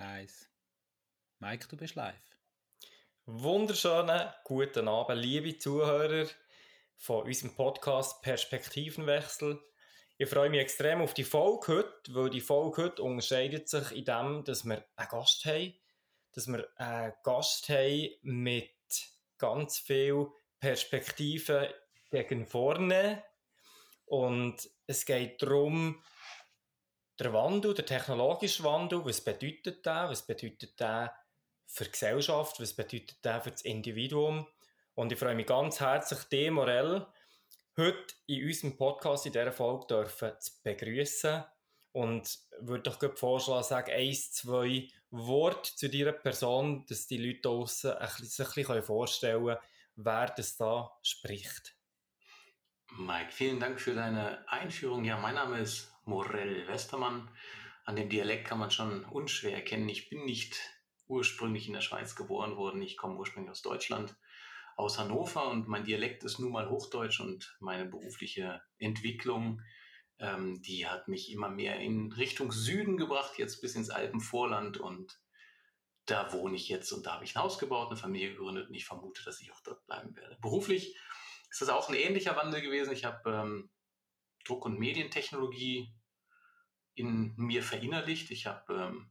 1. Mike, du bist live. Wunderschönen guten Abend, liebe Zuhörer von unserem Podcast Perspektivenwechsel. Ich freue mich extrem auf die Folge heute, weil die Folge heute unterscheidet sich in dem, dass wir einen Gast haben. Dass wir einen Gast haben mit ganz viel Perspektiven gegen vorne. Und es geht darum, der Wandel, der technologische Wandel, was bedeutet der? Was bedeutet der für die Gesellschaft? Was bedeutet der für das Individuum? Und ich freue mich ganz herzlich, dich, Morell, heute in unserem Podcast in dieser Folge dürfen zu begrüßen. Und würde doch gerade vorschlagen, sag 1, 2 Worte zu deiner Person, dass die Leute draussen sich ein bisschen vorstellen können, wer das da spricht. Mike, vielen Dank für deine Einführung. Ja, mein Name ist Morell Westermann. An dem Dialekt kann man schon unschwer erkennen. Ich bin nicht ursprünglich in der Schweiz geboren worden. Ich komme ursprünglich aus Deutschland, aus Hannover, und mein Dialekt ist nun mal Hochdeutsch, und meine berufliche Entwicklung, die hat mich immer mehr in Richtung Süden gebracht, jetzt bis ins Alpenvorland, und da wohne ich jetzt, und da habe ich ein Haus gebaut, eine Familie gegründet, und ich vermute, dass ich auch dort bleiben werde. Beruflich ist das auch ein ähnlicher Wandel gewesen. Ich habe Druck- und Medientechnologie in mir verinnerlicht. Ich habe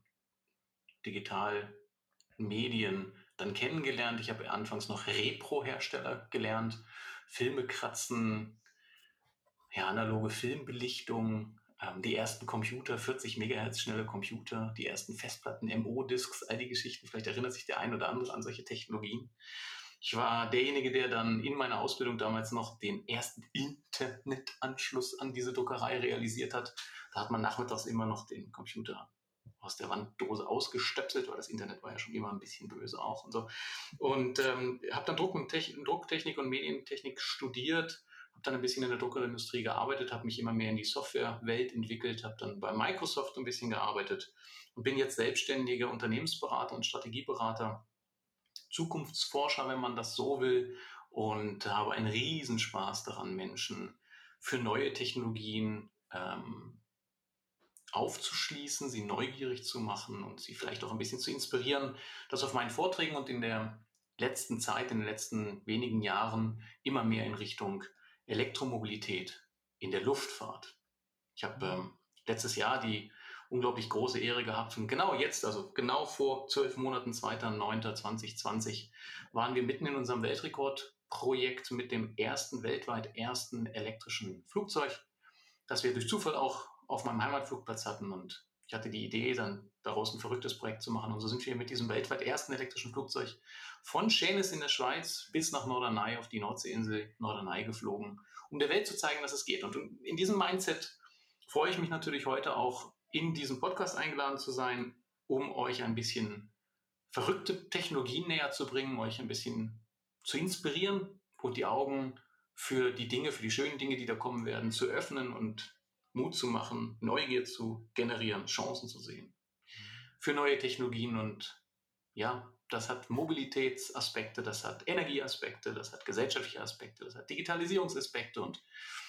Digitalmedien dann kennengelernt. Ich habe anfangs noch Repro-Hersteller gelernt, Filme kratzen, ja, analoge Filmbelichtung, die ersten Computer, 40 Megahertz schnelle Computer, die ersten Festplatten, MO-Disks, all die Geschichten. Vielleicht erinnert sich der ein oder andere an solche Technologien. Ich war derjenige, der dann in meiner Ausbildung damals noch den ersten Internetanschluss an diese Druckerei realisiert hat. Da hat man nachmittags immer noch den Computer aus der Wanddose ausgestöpselt, weil das Internet war ja schon immer ein bisschen böse auch und so. Und habe dann Drucktechnik und Medientechnik studiert, habe dann ein bisschen in der Druckerindustrie gearbeitet, habe mich immer mehr in die Softwarewelt entwickelt, habe dann bei Microsoft ein bisschen gearbeitet und bin jetzt selbstständiger Unternehmensberater und Strategieberater, Zukunftsforscher, wenn man das so will, und habe einen Riesenspaß daran, Menschen für neue Technologien aufzuschließen, sie neugierig zu machen und sie vielleicht auch ein bisschen zu inspirieren. Das auf meinen Vorträgen und in der letzten Zeit, in den letzten wenigen Jahren immer mehr in Richtung Elektromobilität in der Luftfahrt. Ich habe letztes Jahr die unglaublich große Ehre gehabt, und genau jetzt, also genau vor 12 Monaten, 2.9.2020, waren wir mitten in unserem Weltrekordprojekt mit dem weltweit ersten elektrischen Flugzeug, das wir durch Zufall auch auf meinem Heimatflugplatz hatten, und ich hatte die Idee, dann daraus ein verrücktes Projekt zu machen, und so sind wir mit diesem weltweit ersten elektrischen Flugzeug von Schennis in der Schweiz bis nach Norderney auf die Nordseeinsel Norderney geflogen, um der Welt zu zeigen, dass es geht. Und in diesem Mindset freue ich mich natürlich heute auch, in diesem Podcast eingeladen zu sein, um euch ein bisschen verrückte Technologien näher zu bringen, euch ein bisschen zu inspirieren und die Augen für die Dinge, für die schönen Dinge, die da kommen werden, zu öffnen und Mut zu machen, Neugier zu generieren, Chancen zu sehen für neue Technologien. Und ja, das hat Mobilitätsaspekte, das hat Energieaspekte, das hat gesellschaftliche Aspekte, das hat Digitalisierungsaspekte, und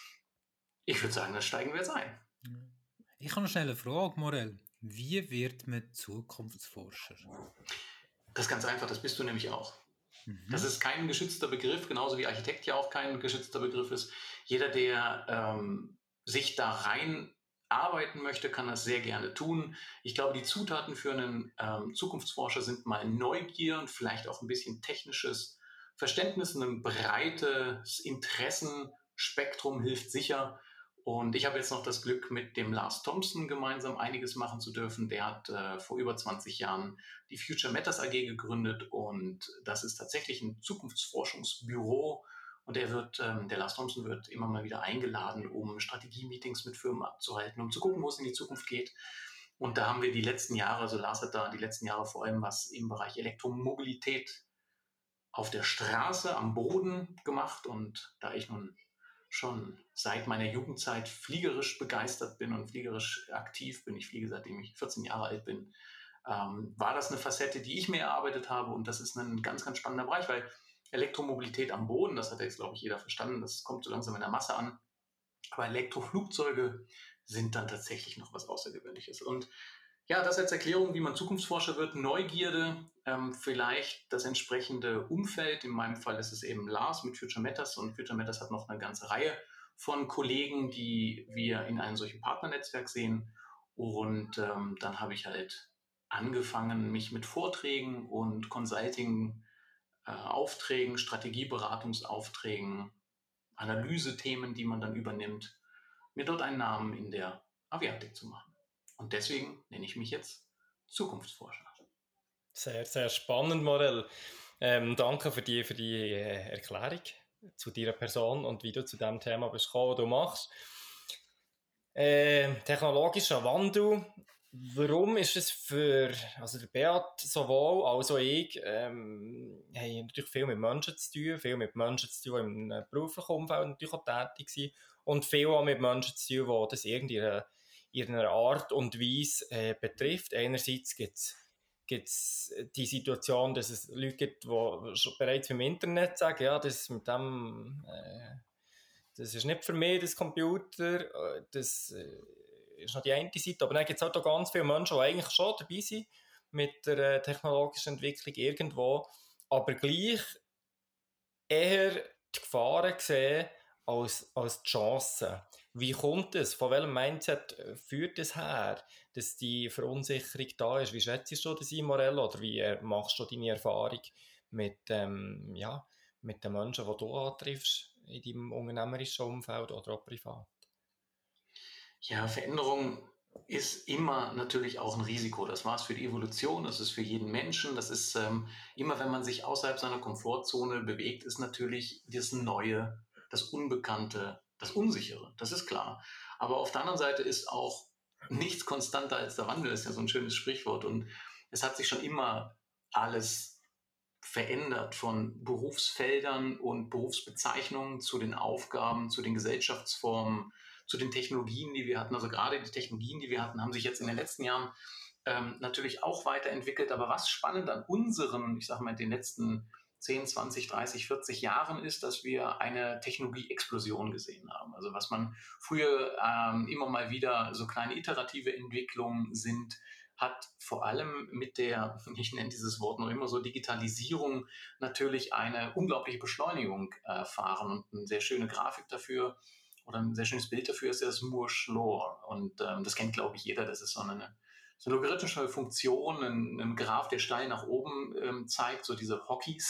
ich würde sagen, das steigen wir jetzt ein. Ich habe noch schnell eine Frage, Morell. Wie wird man Zukunftsforscher? Das ist ganz einfach, das bist du nämlich auch. Das ist kein geschützter Begriff, genauso wie Architekt ja auch kein geschützter Begriff ist. Jeder, der sich da rein arbeiten möchte, kann das sehr gerne tun. Ich glaube, die Zutaten für einen Zukunftsforscher sind mal Neugier und vielleicht auch ein bisschen technisches Verständnis, ein breites Interessenspektrum hilft sicher. Und ich habe jetzt noch das Glück, mit dem Lars Thompson gemeinsam einiges machen zu dürfen. Der hat vor über 20 Jahren die Future Matters AG gegründet, und das ist tatsächlich ein Zukunftsforschungsbüro. Und der Lars Thompson wird immer mal wieder eingeladen, um Strategie-Meetings mit Firmen abzuhalten, um zu gucken, wo es in die Zukunft geht. Und da haben wir die letzten Jahre, also Lars hat da die letzten Jahre vor allem was im Bereich Elektromobilität auf der Straße, am Boden gemacht. Und da ich nun schon seit meiner Jugendzeit fliegerisch begeistert bin und fliegerisch aktiv bin, ich fliege seitdem ich 14 Jahre alt bin, war das eine Facette, die ich mir erarbeitet habe. Und das ist ein ganz, ganz spannender Bereich, weil Elektromobilität am Boden, das hat jetzt, glaube ich, jeder verstanden, das kommt so langsam in der Masse an. Aber Elektroflugzeuge sind dann tatsächlich noch was Außergewöhnliches. Und Ja, das als Erklärung, wie man Zukunftsforscher wird. Neugierde, vielleicht das entsprechende Umfeld. In meinem Fall ist es eben Lars mit Future Matters, und Future Matters hat noch eine ganze Reihe von Kollegen, die wir in einem solchen Partnernetzwerk sehen. Und dann habe ich halt angefangen, mich mit Vorträgen und Consulting-Aufträgen, Strategieberatungsaufträgen, Analysethemen, die man dann übernimmt, mir dort einen Namen in der Aviatik zu machen. Und deswegen nenne ich mich jetzt Zukunftsforscher. Sehr, sehr spannend, Morel. Danke für die Erklärung zu deiner Person und wie du zu dem Thema bist gekommen, was du machst. Technologischer Wandel. Warum ist es also der Beat sowohl als auch ich, haben natürlich viel mit Menschen zu tun, die im beruflichen Umfeld natürlich auch tätig sind und viel auch mit Menschen zu tun, die das irgendwie in einer Art und Weise betrifft. Einerseits gibt es die Situation, dass es Leute gibt, die schon bereits im Internet sagen, ja, das mit dem, das ist nicht für mich, das Computer, das ist noch die eine Seite, aber dann gibt es halt auch ganz viele Menschen, die eigentlich schon dabei sind mit der technologischen Entwicklung irgendwo, aber gleich eher die Gefahren sehen als die Chancen. Wie kommt es? Von welchem Mindset führt es her, dass die Verunsicherung da ist? Wie schätzt du das ein, Morel? Oder wie machst du deine Erfahrung mit, mit den Menschen, die du antriffst in deinem unternehmerischen Umfeld oder auch privat? Ja, Veränderung ist immer natürlich auch ein Risiko. Das war es für die Evolution, das ist für jeden Menschen. Das ist immer, wenn man sich außerhalb seiner Komfortzone bewegt, ist natürlich das Neue, das Unbekannte, das Unsichere. Das ist klar. Aber auf der anderen Seite ist auch nichts konstanter als der Wandel, ist ja so ein schönes Sprichwort. Und es hat sich schon immer alles verändert, von Berufsfeldern und Berufsbezeichnungen zu den Aufgaben, zu den Gesellschaftsformen, zu den Technologien, die wir hatten. Also gerade die Technologien, die wir hatten, haben sich jetzt in den letzten Jahren natürlich auch weiterentwickelt. Aber was spannend an unseren, ich sage mal, den letzten 10, 20, 30, 40 Jahren ist, dass wir eine Technologie-Explosion gesehen haben. Also was man früher immer mal wieder so kleine iterative Entwicklungen sind, hat vor allem mit der, ich nenne dieses Wort noch immer so, Digitalisierung natürlich eine unglaubliche Beschleunigung erfahren. Und eine sehr schöne Grafik dafür oder ein sehr schönes Bild dafür ist ja das Moore's Law. Und das kennt, glaube ich, jeder. Das ist so eine logarithmische Funktion, ein Graph, der steil nach oben zeigt, so diese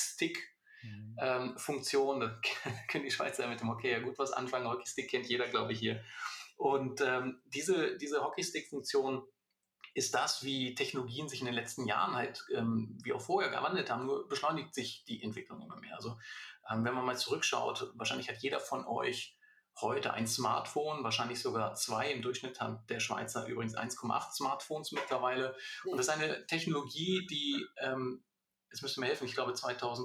Hockeystick-Funktion. Da können die Schweizer mit dem Hockey ja gut was anfangen. Hockeystick kennt jeder, glaube ich, hier. Und diese Hockeystick-Funktion ist das, wie Technologien sich in den letzten Jahren halt, wie auch vorher gewandelt haben, nur beschleunigt sich die Entwicklung immer mehr. Also wenn man mal zurückschaut, wahrscheinlich hat jeder von euch heute ein Smartphone, wahrscheinlich sogar 2. Im Durchschnitt hat der Schweizer übrigens 1,8 Smartphones mittlerweile. Und das ist eine Technologie, die, jetzt müsst ihr mir helfen, ich glaube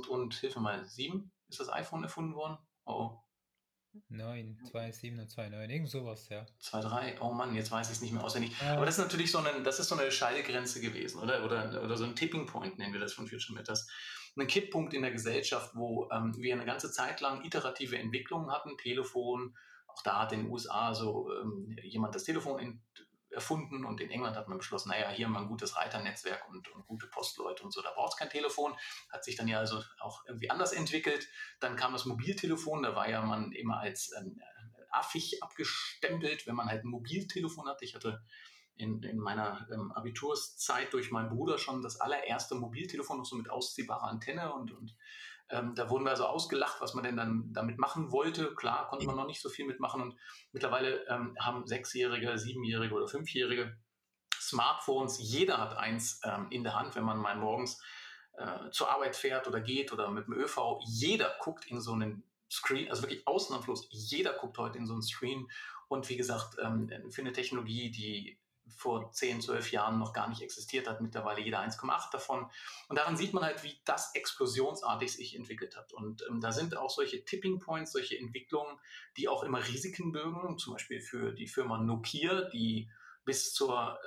2007 ist das iPhone erfunden worden. Oh. 9, 2,7 und 2,9, irgend sowas, ja. 2,3, oh Mann, jetzt weiß ich es nicht mehr auswendig. Aber das ist natürlich das ist so eine Scheidegrenze gewesen, oder so ein Tipping Point, nennen wir das von Future Matters. Ein Kipppunkt in der Gesellschaft, wo wir eine ganze Zeit lang iterative Entwicklungen hatten, Telefon, auch da hat in den USA so jemand das Telefon erfunden, und in England hat man beschlossen, naja, hier haben wir ein gutes Reiternetzwerk und gute Postleute und so, da braucht es kein Telefon. Hat sich dann ja also auch irgendwie anders entwickelt. Dann kam das Mobiltelefon, da war ja man immer als affig abgestempelt, wenn man halt ein Mobiltelefon hatte. Ich hatte in meiner Abiturszeit durch meinen Bruder schon das allererste Mobiltelefon, noch so mit ausziehbarer Antenne, und da wurden wir also ausgelacht, was man denn dann damit machen wollte. Klar, konnte man noch nicht so viel mitmachen, und mittlerweile haben 6-Jährige, 7-Jährige oder 5-Jährige Smartphones. Jeder hat eins in der Hand, wenn man mal morgens zur Arbeit fährt oder geht oder mit dem ÖV. Jeder guckt in so einen Screen, also wirklich ausnahmslos, jeder guckt heute in so einen Screen. Und wie gesagt, für eine Technologie, die vor 10, 12 Jahren noch gar nicht existiert hat, mittlerweile jeder 1,8 davon. Und daran sieht man halt, wie das explosionsartig sich entwickelt hat. Und da sind auch solche Tipping Points, solche Entwicklungen, die auch immer Risiken birgen, zum Beispiel für die Firma Nokia, die bis zur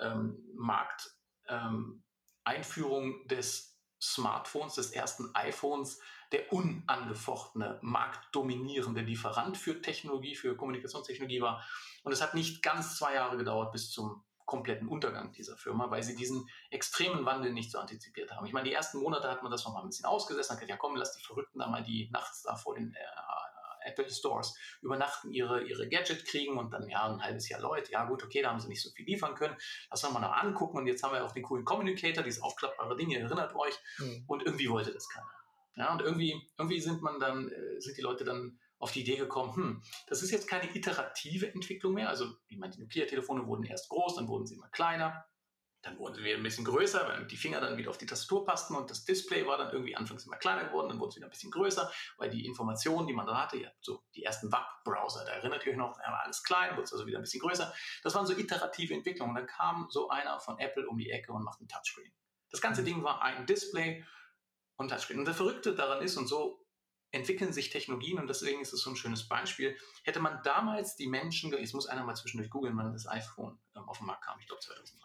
Markteinführung des Smartphones, des ersten iPhones, der unangefochtene, marktdominierende Lieferant für Technologie, für Kommunikationstechnologie war. Und es hat nicht ganz 2 Jahre gedauert bis zum kompletten Untergang dieser Firma, weil sie diesen extremen Wandel nicht so antizipiert haben. Ich meine, die ersten Monate hat man das noch mal ein bisschen ausgesessen, hat gesagt, ja komm, lass die Verrückten da mal die nachts da vor den Apple Stores übernachten, ihre Gadget kriegen und dann ja ein halbes Jahr Leute, ja gut, okay, da haben sie nicht so viel liefern können, lass uns mal noch angucken und jetzt haben wir auch den coolen Communicator, dieses aufklappbare Ding, ihr erinnert euch, und irgendwie wollte das keiner. Ja, und irgendwie sind die Leute dann auf die Idee gekommen, das ist jetzt keine iterative Entwicklung mehr, also ich meine, die Nokia-Telefone wurden erst groß, dann wurden sie immer kleiner, dann wurden sie wieder ein bisschen größer, weil die Finger dann wieder auf die Tastatur passten und das Display war dann irgendwie anfangs immer kleiner geworden, dann wurde es wieder ein bisschen größer, weil die Informationen, die man da hatte, ja, so die ersten Web-Browser, da erinnert ihr euch noch, da war alles klein, wurde es also wieder ein bisschen größer. Das waren so iterative Entwicklungen. Und dann kam so einer von Apple um die Ecke und macht ein Touchscreen. Das ganze Ding war ein Display und Touchscreen. Und das Verrückte daran ist, und so entwickeln sich Technologien, und deswegen ist es so ein schönes Beispiel, hätte man damals die Menschen, jetzt muss einer mal zwischendurch googeln, wann das iPhone auf den Markt kam, ich glaube 2003.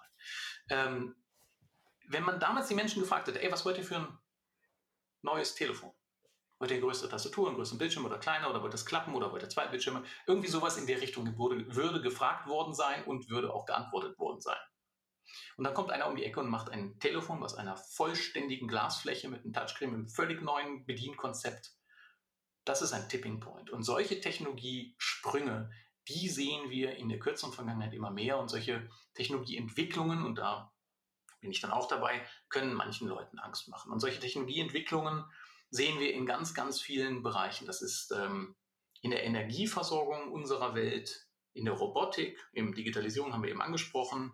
Wenn man damals die Menschen gefragt hätte, was wollt ihr für ein neues Telefon? Wollt ihr eine größere Tastatur, einen größeren Bildschirm oder kleiner, oder wollt ihr das klappen oder wollt ihr zwei Bildschirme? Irgendwie sowas in der Richtung würde gefragt worden sein und würde auch geantwortet worden sein. Und dann kommt einer um die Ecke und macht ein Telefon aus einer vollständigen Glasfläche mit einem Touchscreen, mit einem völlig neuen Bedienkonzept. Das ist ein Tipping Point. Und solche Technologiesprünge, die sehen wir in der kürzeren Vergangenheit immer mehr. Und solche Technologieentwicklungen, und da bin ich dann auch dabei, können manchen Leuten Angst machen. Und solche Technologieentwicklungen sehen wir in ganz, ganz vielen Bereichen. Das ist in der Energieversorgung unserer Welt, in der Robotik, in Digitalisierung haben wir eben angesprochen.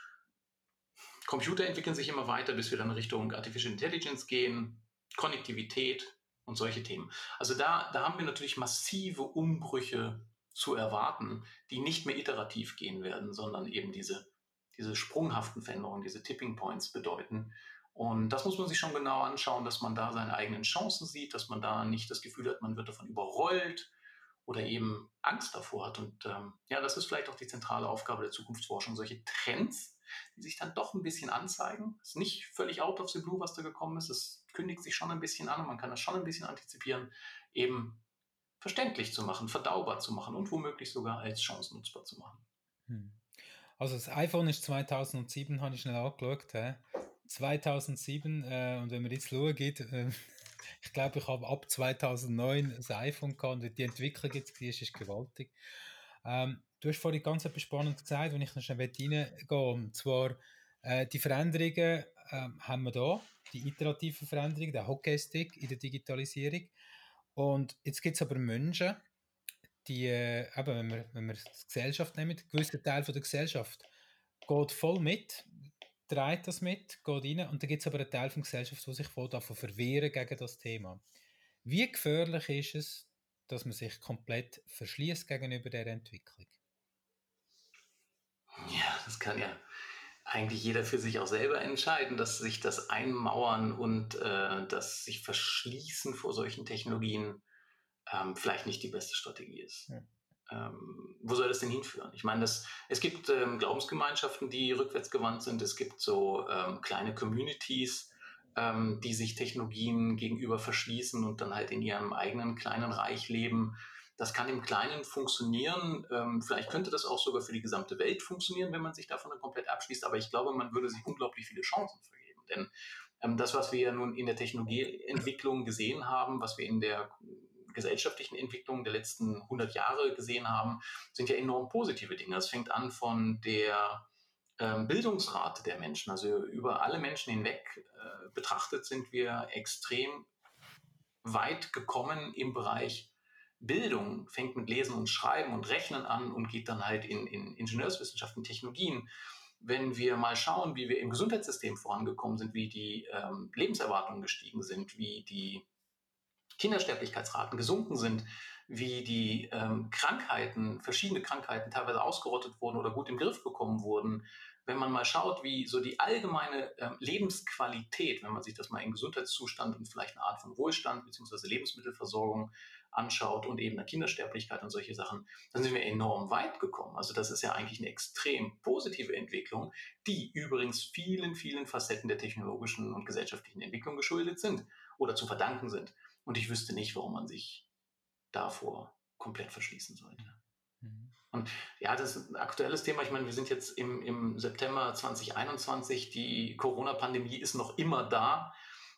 Computer entwickeln sich immer weiter, bis wir dann Richtung Artificial Intelligence gehen, Konnektivität und solche Themen. Also da haben wir natürlich massive Umbrüche zu erwarten, die nicht mehr iterativ gehen werden, sondern eben diese sprunghaften Veränderungen, diese Tipping Points bedeuten. Und das muss man sich schon genau anschauen, dass man da seine eigenen Chancen sieht, dass man da nicht das Gefühl hat, man wird davon überrollt oder eben Angst davor hat. Und das ist vielleicht auch die zentrale Aufgabe der Zukunftsforschung, solche Trends, die sich dann doch ein bisschen anzeigen. Es ist nicht völlig out of the blue, was da gekommen ist. Es kündigt sich schon ein bisschen an und man kann das schon ein bisschen antizipieren, eben verständlich zu machen, verdaubar zu machen und womöglich sogar als Chance nutzbar zu machen. Also das iPhone ist 2007, habe ich schnell angeschaut. 2007, und wenn man jetzt schaut, ich glaube, ich habe ab 2009 ein iPhone gehabt und die Entwicklung jetzt ist gewaltig. Du hast vorhin ganz etwas Spannendes gesagt, wenn ich noch schnell reingehe. Und zwar die Veränderungen haben wir da, die iterativen Veränderungen, der Hockeystick in der Digitalisierung. Und jetzt gibt es aber Menschen, die, eben, wenn wir die Gesellschaft nehmen, ein gewisser Teil von der Gesellschaft geht voll mit, trägt das mit, geht rein, und dann gibt es aber einen Teil der Gesellschaft, der sich davon verwehren gegen das Thema. Wie gefährlich ist es, dass man sich komplett verschließt gegenüber der Entwicklung? Ja, das kann ja eigentlich jeder für sich auch selber entscheiden, dass sich das Einmauern und das sich Verschließen vor solchen Technologien vielleicht nicht die beste Strategie ist. Ja. Wo soll das denn hinführen? Ich meine, es gibt Glaubensgemeinschaften, die rückwärtsgewandt sind. Es gibt so kleine Communities, die sich Technologien gegenüber verschließen und dann halt in ihrem eigenen kleinen Reich leben. Das kann im Kleinen funktionieren. Vielleicht könnte das auch sogar für die gesamte Welt funktionieren, wenn man sich davon dann komplett abschließt. Aber ich glaube, man würde sich unglaublich viele Chancen vergeben. Denn das, was wir ja nun in der Technologieentwicklung gesehen haben, was wir in der gesellschaftlichen Entwicklung der letzten 100 Jahre gesehen haben, sind ja enorm positive Dinge. Das fängt an von der Bildungsrate der Menschen. Also über alle Menschen hinweg betrachtet sind wir extrem weit gekommen im Bereich Bildung, fängt mit Lesen und Schreiben und Rechnen an und geht dann halt in Ingenieurswissenschaften, Technologien. Wenn wir mal schauen, wie wir im Gesundheitssystem vorangekommen sind, wie die Lebenserwartungen gestiegen sind, wie die Kindersterblichkeitsraten gesunken sind, wie die verschiedene Krankheiten teilweise ausgerottet wurden oder gut im Griff bekommen wurden. Wenn man mal schaut, wie so die allgemeine Lebensqualität, wenn man sich das mal im Gesundheitszustand und vielleicht eine Art von Wohlstand bzw. Lebensmittelversorgung anschaut und eben eine Kindersterblichkeit und solche Sachen, dann sind wir enorm weit gekommen. Also das ist ja eigentlich eine extrem positive Entwicklung, die übrigens vielen, vielen Facetten der technologischen und gesellschaftlichen Entwicklung geschuldet sind oder zu verdanken sind. Und ich wüsste nicht, warum man sich davor komplett verschließen sollte. Und ja, das ist ein aktuelles Thema. Ich meine, wir sind jetzt im September 2021, die Corona-Pandemie ist noch immer da.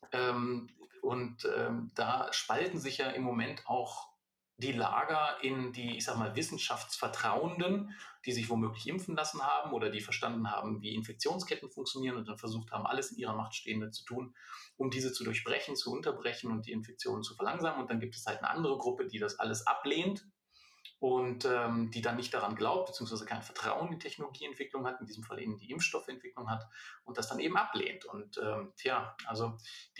Da spalten sich ja im Moment auch die Lager in die, ich sag mal, Wissenschaftsvertrauenden, die sich womöglich impfen lassen haben oder die verstanden haben, wie Infektionsketten funktionieren und dann versucht haben, alles in ihrer Macht Stehende zu tun, um diese zu durchbrechen, zu unterbrechen und die Infektionen zu verlangsamen. Und dann gibt es halt eine andere Gruppe, die das alles ablehnt und die dann nicht daran glaubt, beziehungsweise kein Vertrauen in die Technologieentwicklung hat, in diesem Fall in die Impfstoffentwicklung hat und das dann eben ablehnt. Und also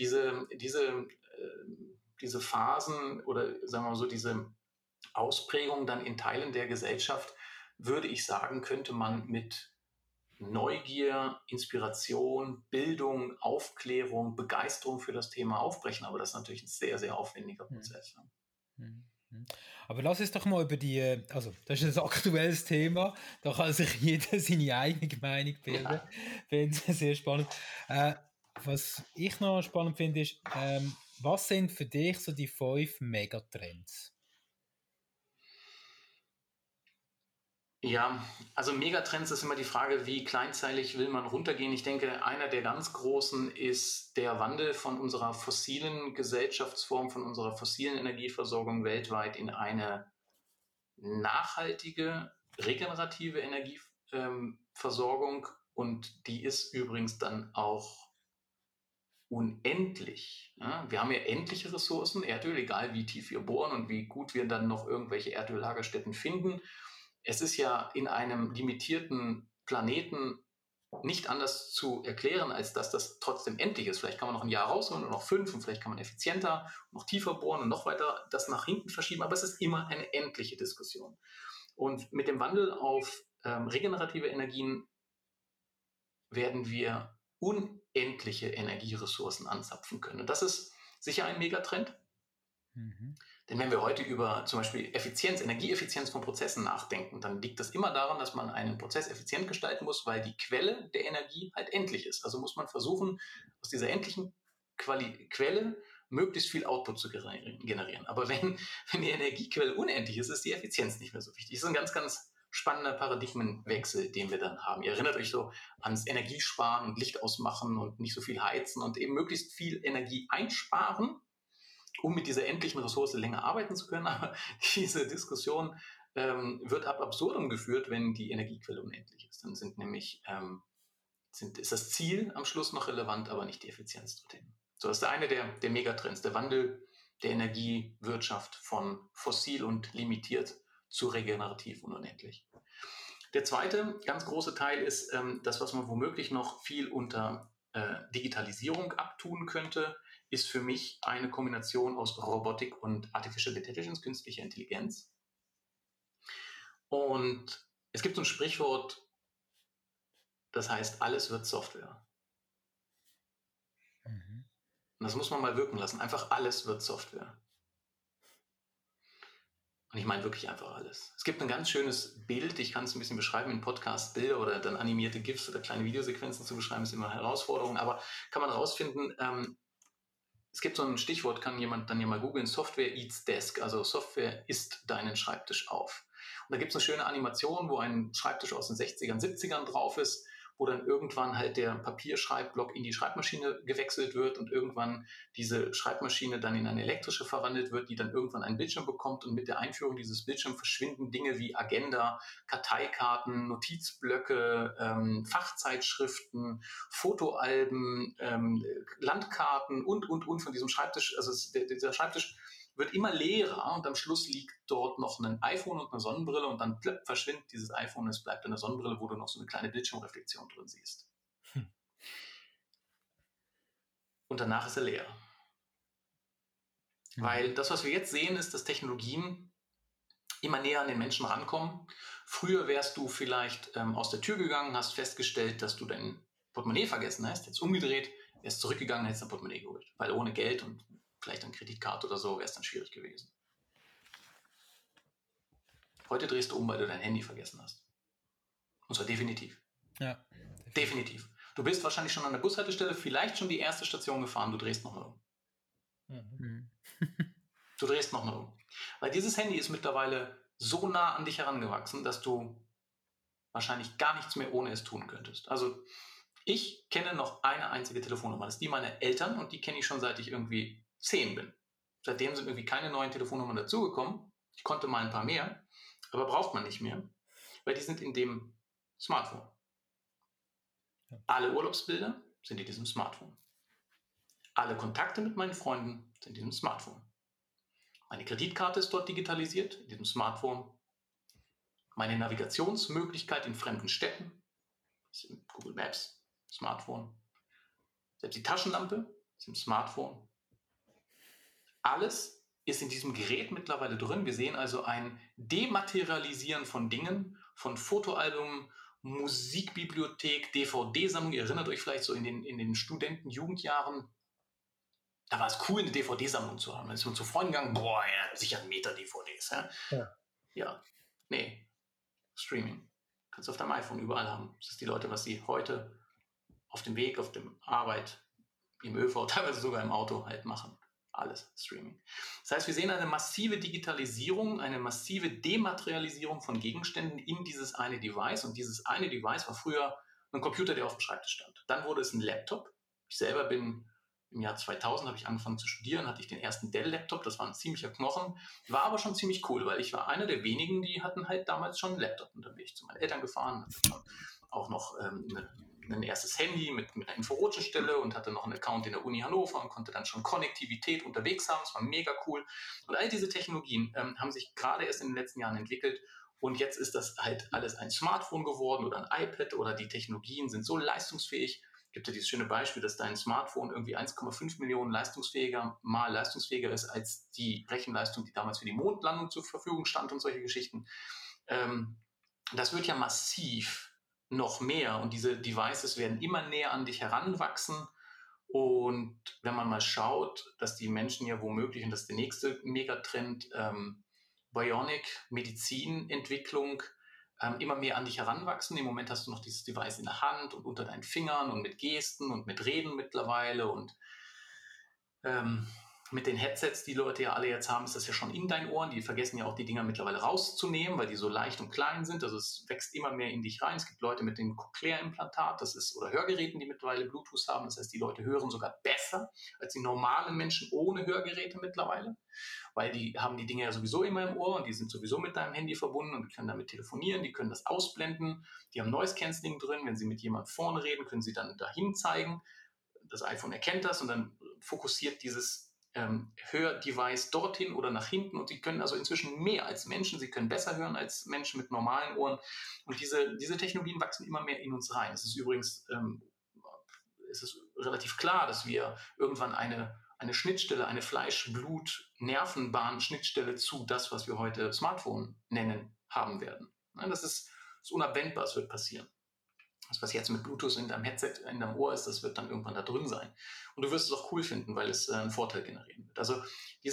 diese Phasen oder sagen wir mal so, diese Ausprägung dann in Teilen der Gesellschaft, würde ich sagen, könnte man mit Neugier, Inspiration, Bildung, Aufklärung, Begeisterung für das Thema aufbrechen. Aber das ist natürlich ein sehr, sehr aufwendiger Prozess. Mhm. Aber lass uns doch mal über also das ist ein aktuelles Thema, da kann sich jeder seine eigene Meinung bilden. Ja. Finde ich sehr spannend. Was ich noch spannend finde, ist, was sind für dich so die 5 Megatrends? Ja, also Megatrends ist immer die Frage, wie kleinzeilig will man runtergehen. Ich denke, einer der ganz großen ist der Wandel von unserer fossilen Gesellschaftsform, von unserer fossilen Energieversorgung weltweit in eine nachhaltige, regenerative Energieversorgung. Und die ist übrigens dann auch unendlich. Ja? Wir haben ja endliche Ressourcen, Erdöl, egal wie tief wir bohren und wie gut wir dann noch irgendwelche Erdöllagerstätten finden. Es ist ja in einem limitierten Planeten nicht anders zu erklären, als dass das trotzdem endlich ist. Vielleicht kann man noch ein Jahr rausholen und noch 5 und vielleicht kann man effizienter, noch tiefer bohren und noch weiter das nach hinten verschieben, aber es ist immer eine endliche Diskussion. Und mit dem Wandel auf regenerative Energien werden wir unendliche Energieressourcen anzapfen können. Und das ist sicher ein Megatrend. Mhm. Denn wenn wir heute über zum Beispiel Effizienz, Energieeffizienz von Prozessen nachdenken, dann liegt das immer daran, dass man einen Prozess effizient gestalten muss, weil die Quelle der Energie halt endlich ist. Also muss man versuchen, aus dieser endlichen Quelle möglichst viel Output zu generieren. Aber wenn die Energiequelle unendlich ist, ist die Effizienz nicht mehr so wichtig. Das ist ein ganz, ganz spannender Paradigmenwechsel, den wir dann haben. Ihr erinnert euch so ans Energiesparen und Licht ausmachen und nicht so viel heizen und eben möglichst viel Energie einsparen, um mit dieser endlichen Ressource länger arbeiten zu können. Aber diese Diskussion wird ab absurdum geführt, wenn die Energiequelle unendlich ist. Dann ist das Ziel am Schluss noch relevant, aber nicht die Effizienz dorthin. So, das ist eine der Megatrends, der Wandel der Energiewirtschaft von fossil und limitiert zu regenerativ und unendlich. Der zweite ganz große Teil ist das, was man womöglich noch viel unter Digitalisierung abtun könnte, ist für mich eine Kombination aus Robotik und Artificial Intelligence, künstlicher Intelligenz. Und es gibt so ein Sprichwort, das heißt, alles wird Software. Mhm. Und das muss man mal wirken lassen. Einfach alles wird Software. Und ich meine wirklich einfach alles. Es gibt ein ganz schönes Bild, ich kann es ein bisschen beschreiben in Podcast-Bilder oder dann animierte GIFs oder kleine Videosequenzen zu beschreiben, ist immer eine Herausforderung, aber kann man rausfinden, es gibt so ein Stichwort, kann jemand dann ja mal googeln, Software eats desk, also Software isst deinen Schreibtisch auf. Und da gibt es eine schöne Animation, wo ein Schreibtisch aus den 60ern, 70ern drauf ist, wo dann irgendwann halt der Papierschreibblock in die Schreibmaschine gewechselt wird und irgendwann diese Schreibmaschine dann in eine elektrische verwandelt wird, die dann irgendwann einen Bildschirm bekommt und mit der Einführung dieses Bildschirms verschwinden Dinge wie Agenda, Karteikarten, Notizblöcke, Fachzeitschriften, Fotoalben, Landkarten und von diesem Schreibtisch. Also dieser Schreibtisch wird immer leerer und am Schluss liegt dort noch ein iPhone und eine Sonnenbrille und dann verschwindet dieses iPhone und es bleibt eine Sonnenbrille, wo du noch so eine kleine Bildschirmreflexion drin siehst. Und danach ist er leer. Weil das, was wir jetzt sehen, ist, dass Technologien immer näher an den Menschen rankommen. Früher wärst du vielleicht aus der Tür gegangen, hast festgestellt, dass du dein Portemonnaie vergessen hast, jetzt umgedreht, wärst zurückgegangen, hättest dein Portemonnaie geholt. Weil ohne Geld und vielleicht eine Kreditkarte oder so wäre es dann schwierig gewesen. Heute drehst du um, weil du dein Handy vergessen hast. Und zwar definitiv. Ja. Definitiv. Du bist wahrscheinlich schon an der Bushaltestelle, vielleicht schon die erste Station gefahren, du drehst nochmal um. Mhm. Du drehst nochmal um. Weil dieses Handy ist mittlerweile so nah an dich herangewachsen, dass du wahrscheinlich gar nichts mehr ohne es tun könntest. Also ich kenne noch eine einzige Telefonnummer, das ist die meiner Eltern und die kenne ich schon seit ich irgendwie 10 bin. Seitdem sind irgendwie keine neuen Telefonnummern dazugekommen. Ich konnte mal ein paar mehr, aber braucht man nicht mehr, weil die sind in dem Smartphone. Alle Urlaubsbilder sind in diesem Smartphone. Alle Kontakte mit meinen Freunden sind in diesem Smartphone. Meine Kreditkarte ist dort digitalisiert, in diesem Smartphone. Meine Navigationsmöglichkeit in fremden Städten ist in Google Maps, Smartphone. Selbst die Taschenlampe ist im Smartphone. Alles ist in diesem Gerät mittlerweile drin. Wir sehen also ein Dematerialisieren von Dingen, von Fotoalbum, Musikbibliothek, DVD-Sammlung. Ihr erinnert euch vielleicht so in den Studenten-Jugendjahren, da war es cool, eine DVD-Sammlung zu haben. Da ist man zu Freunden gegangen, boah, ja, sicher 1 Meter DVDs. Ja, nee, Streaming. Kannst du auf deinem iPhone überall haben. Das ist die Leute, was sie heute auf dem Weg, auf dem Arbeit, im ÖV, teilweise sogar im Auto halt machen. Alles Streaming. Das heißt, wir sehen eine massive Digitalisierung, eine massive Dematerialisierung von Gegenständen in dieses eine Device. Und dieses eine Device war früher ein Computer, der auf dem Schreibtisch stand. Dann wurde es ein Laptop. Ich selber bin im Jahr 2000, habe ich angefangen zu studieren, hatte ich den ersten Dell-Laptop. Das war ein ziemlicher Knochen, war aber schon ziemlich cool, weil ich war einer der wenigen, die hatten halt damals schon einen Laptop. Und dann bin ich zu meinen Eltern gefahren, hatte schon auch noch ein erstes Handy mit einer Infrarotstelle und hatte noch einen Account in der Uni Hannover und konnte dann schon Konnektivität unterwegs haben. Das war mega cool. Und all diese Technologien haben sich gerade erst in den letzten Jahren entwickelt. Und jetzt ist das halt alles ein Smartphone geworden oder ein iPad oder die Technologien sind so leistungsfähig. Es gibt ja dieses schöne Beispiel, dass dein Smartphone irgendwie 1,5 Millionen mal leistungsfähiger ist als die Rechenleistung, die damals für die Mondlandung zur Verfügung stand und solche Geschichten. Das wird ja massiv noch mehr und diese Devices werden immer näher an dich heranwachsen. Und wenn man mal schaut, dass die Menschen ja womöglich, und das ist der nächste Megatrend, Bionic, Medizinentwicklung, immer mehr an dich heranwachsen. Im Moment hast du noch dieses Device in der Hand und unter deinen Fingern und mit Gesten und mit Reden mittlerweile und mit den Headsets, die Leute ja alle jetzt haben, ist das ja schon in deinen Ohren. Die vergessen ja auch die Dinger mittlerweile rauszunehmen, weil die so leicht und klein sind. Also es wächst immer mehr in dich rein. Es gibt Leute mit dem Cochlea-Implantat, oder Hörgeräten, die mittlerweile Bluetooth haben. Das heißt, die Leute hören sogar besser als die normalen Menschen ohne Hörgeräte mittlerweile, weil die haben die Dinge ja sowieso immer im Ohr und die sind sowieso mit deinem Handy verbunden und die können damit telefonieren, die können das ausblenden. Die haben Noise Cancelling drin. Wenn sie mit jemandem vorne reden, können sie dann dahin zeigen. Das iPhone erkennt das und dann fokussiert dieses Hördevice dorthin oder nach hinten und sie können also inzwischen mehr als Menschen, sie können besser hören als Menschen mit normalen Ohren und diese Technologien wachsen immer mehr in uns rein. Es ist übrigens relativ klar, dass wir irgendwann eine Schnittstelle, eine Fleisch-Blut-Nervenbahn-Schnittstelle zu das, was wir heute Smartphone nennen, haben werden. Das ist unabwendbar, es wird passieren. Das, was jetzt mit Bluetooth in deinem Headset, in deinem Ohr ist, das wird dann irgendwann da drin sein. Und du wirst es auch cool finden, weil es einen Vorteil generieren wird. Also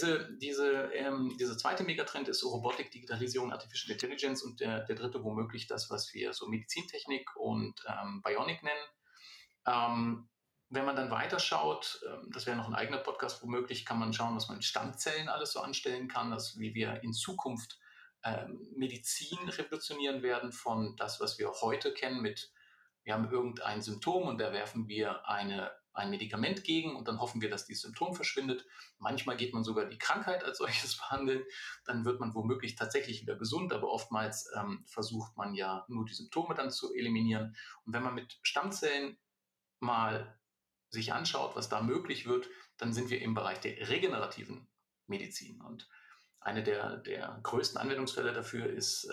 diese zweite Megatrend ist Robotik, Digitalisierung, Artificial Intelligence und der dritte womöglich das, was wir so Medizintechnik und Bionic nennen. Wenn man dann weiterschaut, das wäre noch ein eigener Podcast womöglich, kann man schauen, was man mit Stammzellen alles so anstellen kann, wie wir in Zukunft Medizin revolutionieren werden von das, was wir heute kennen wir haben irgendein Symptom und da werfen wir ein Medikament gegen und dann hoffen wir, dass dieses Symptom verschwindet. Manchmal geht man sogar die Krankheit als solches behandeln, dann wird man womöglich tatsächlich wieder gesund, aber oftmals versucht man ja nur die Symptome dann zu eliminieren. Und wenn man mit Stammzellen mal sich anschaut, was da möglich wird, dann sind wir im Bereich der regenerativen Medizin. Und eine der größten Anwendungsfälle dafür ist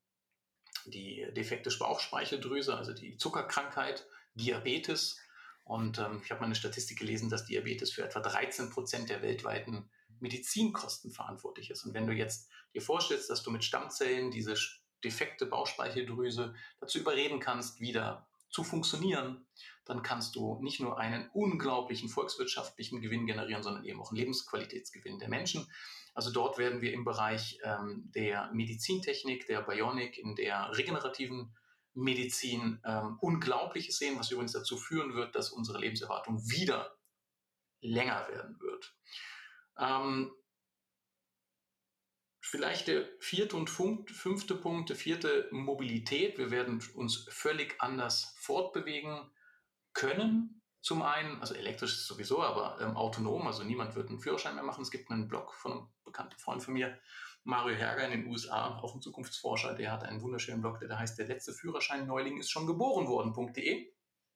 die defekte Bauchspeicheldrüse, also die Zuckerkrankheit, Diabetes. Und ich habe mal eine Statistik gelesen, dass Diabetes für etwa 13% der weltweiten Medizinkosten verantwortlich ist. Und wenn du jetzt dir vorstellst, dass du mit Stammzellen diese defekte Bauchspeicheldrüse dazu überreden kannst, wieder zu funktionieren, dann kannst du nicht nur einen unglaublichen volkswirtschaftlichen Gewinn generieren, sondern eben auch einen Lebensqualitätsgewinn der Menschen. Also dort werden wir im Bereich der Medizintechnik, der Bionik, in der regenerativen Medizin Unglaubliches sehen, was übrigens dazu führen wird, dass unsere Lebenserwartung wieder länger werden wird. Vielleicht der vierte und fünfte Punkt, der vierte, Mobilität. Wir werden uns völlig anders fortbewegen können. Zum einen, also elektrisch ist sowieso, aber autonom, also niemand wird einen Führerschein mehr machen. Es gibt einen Blog von einem bekannten Freund von mir, Mario Herger in den USA, auch ein Zukunftsforscher, der hat einen wunderschönen Blog, der da heißt, der letzte Führerschein-Neuling ist schon geboren worden.de.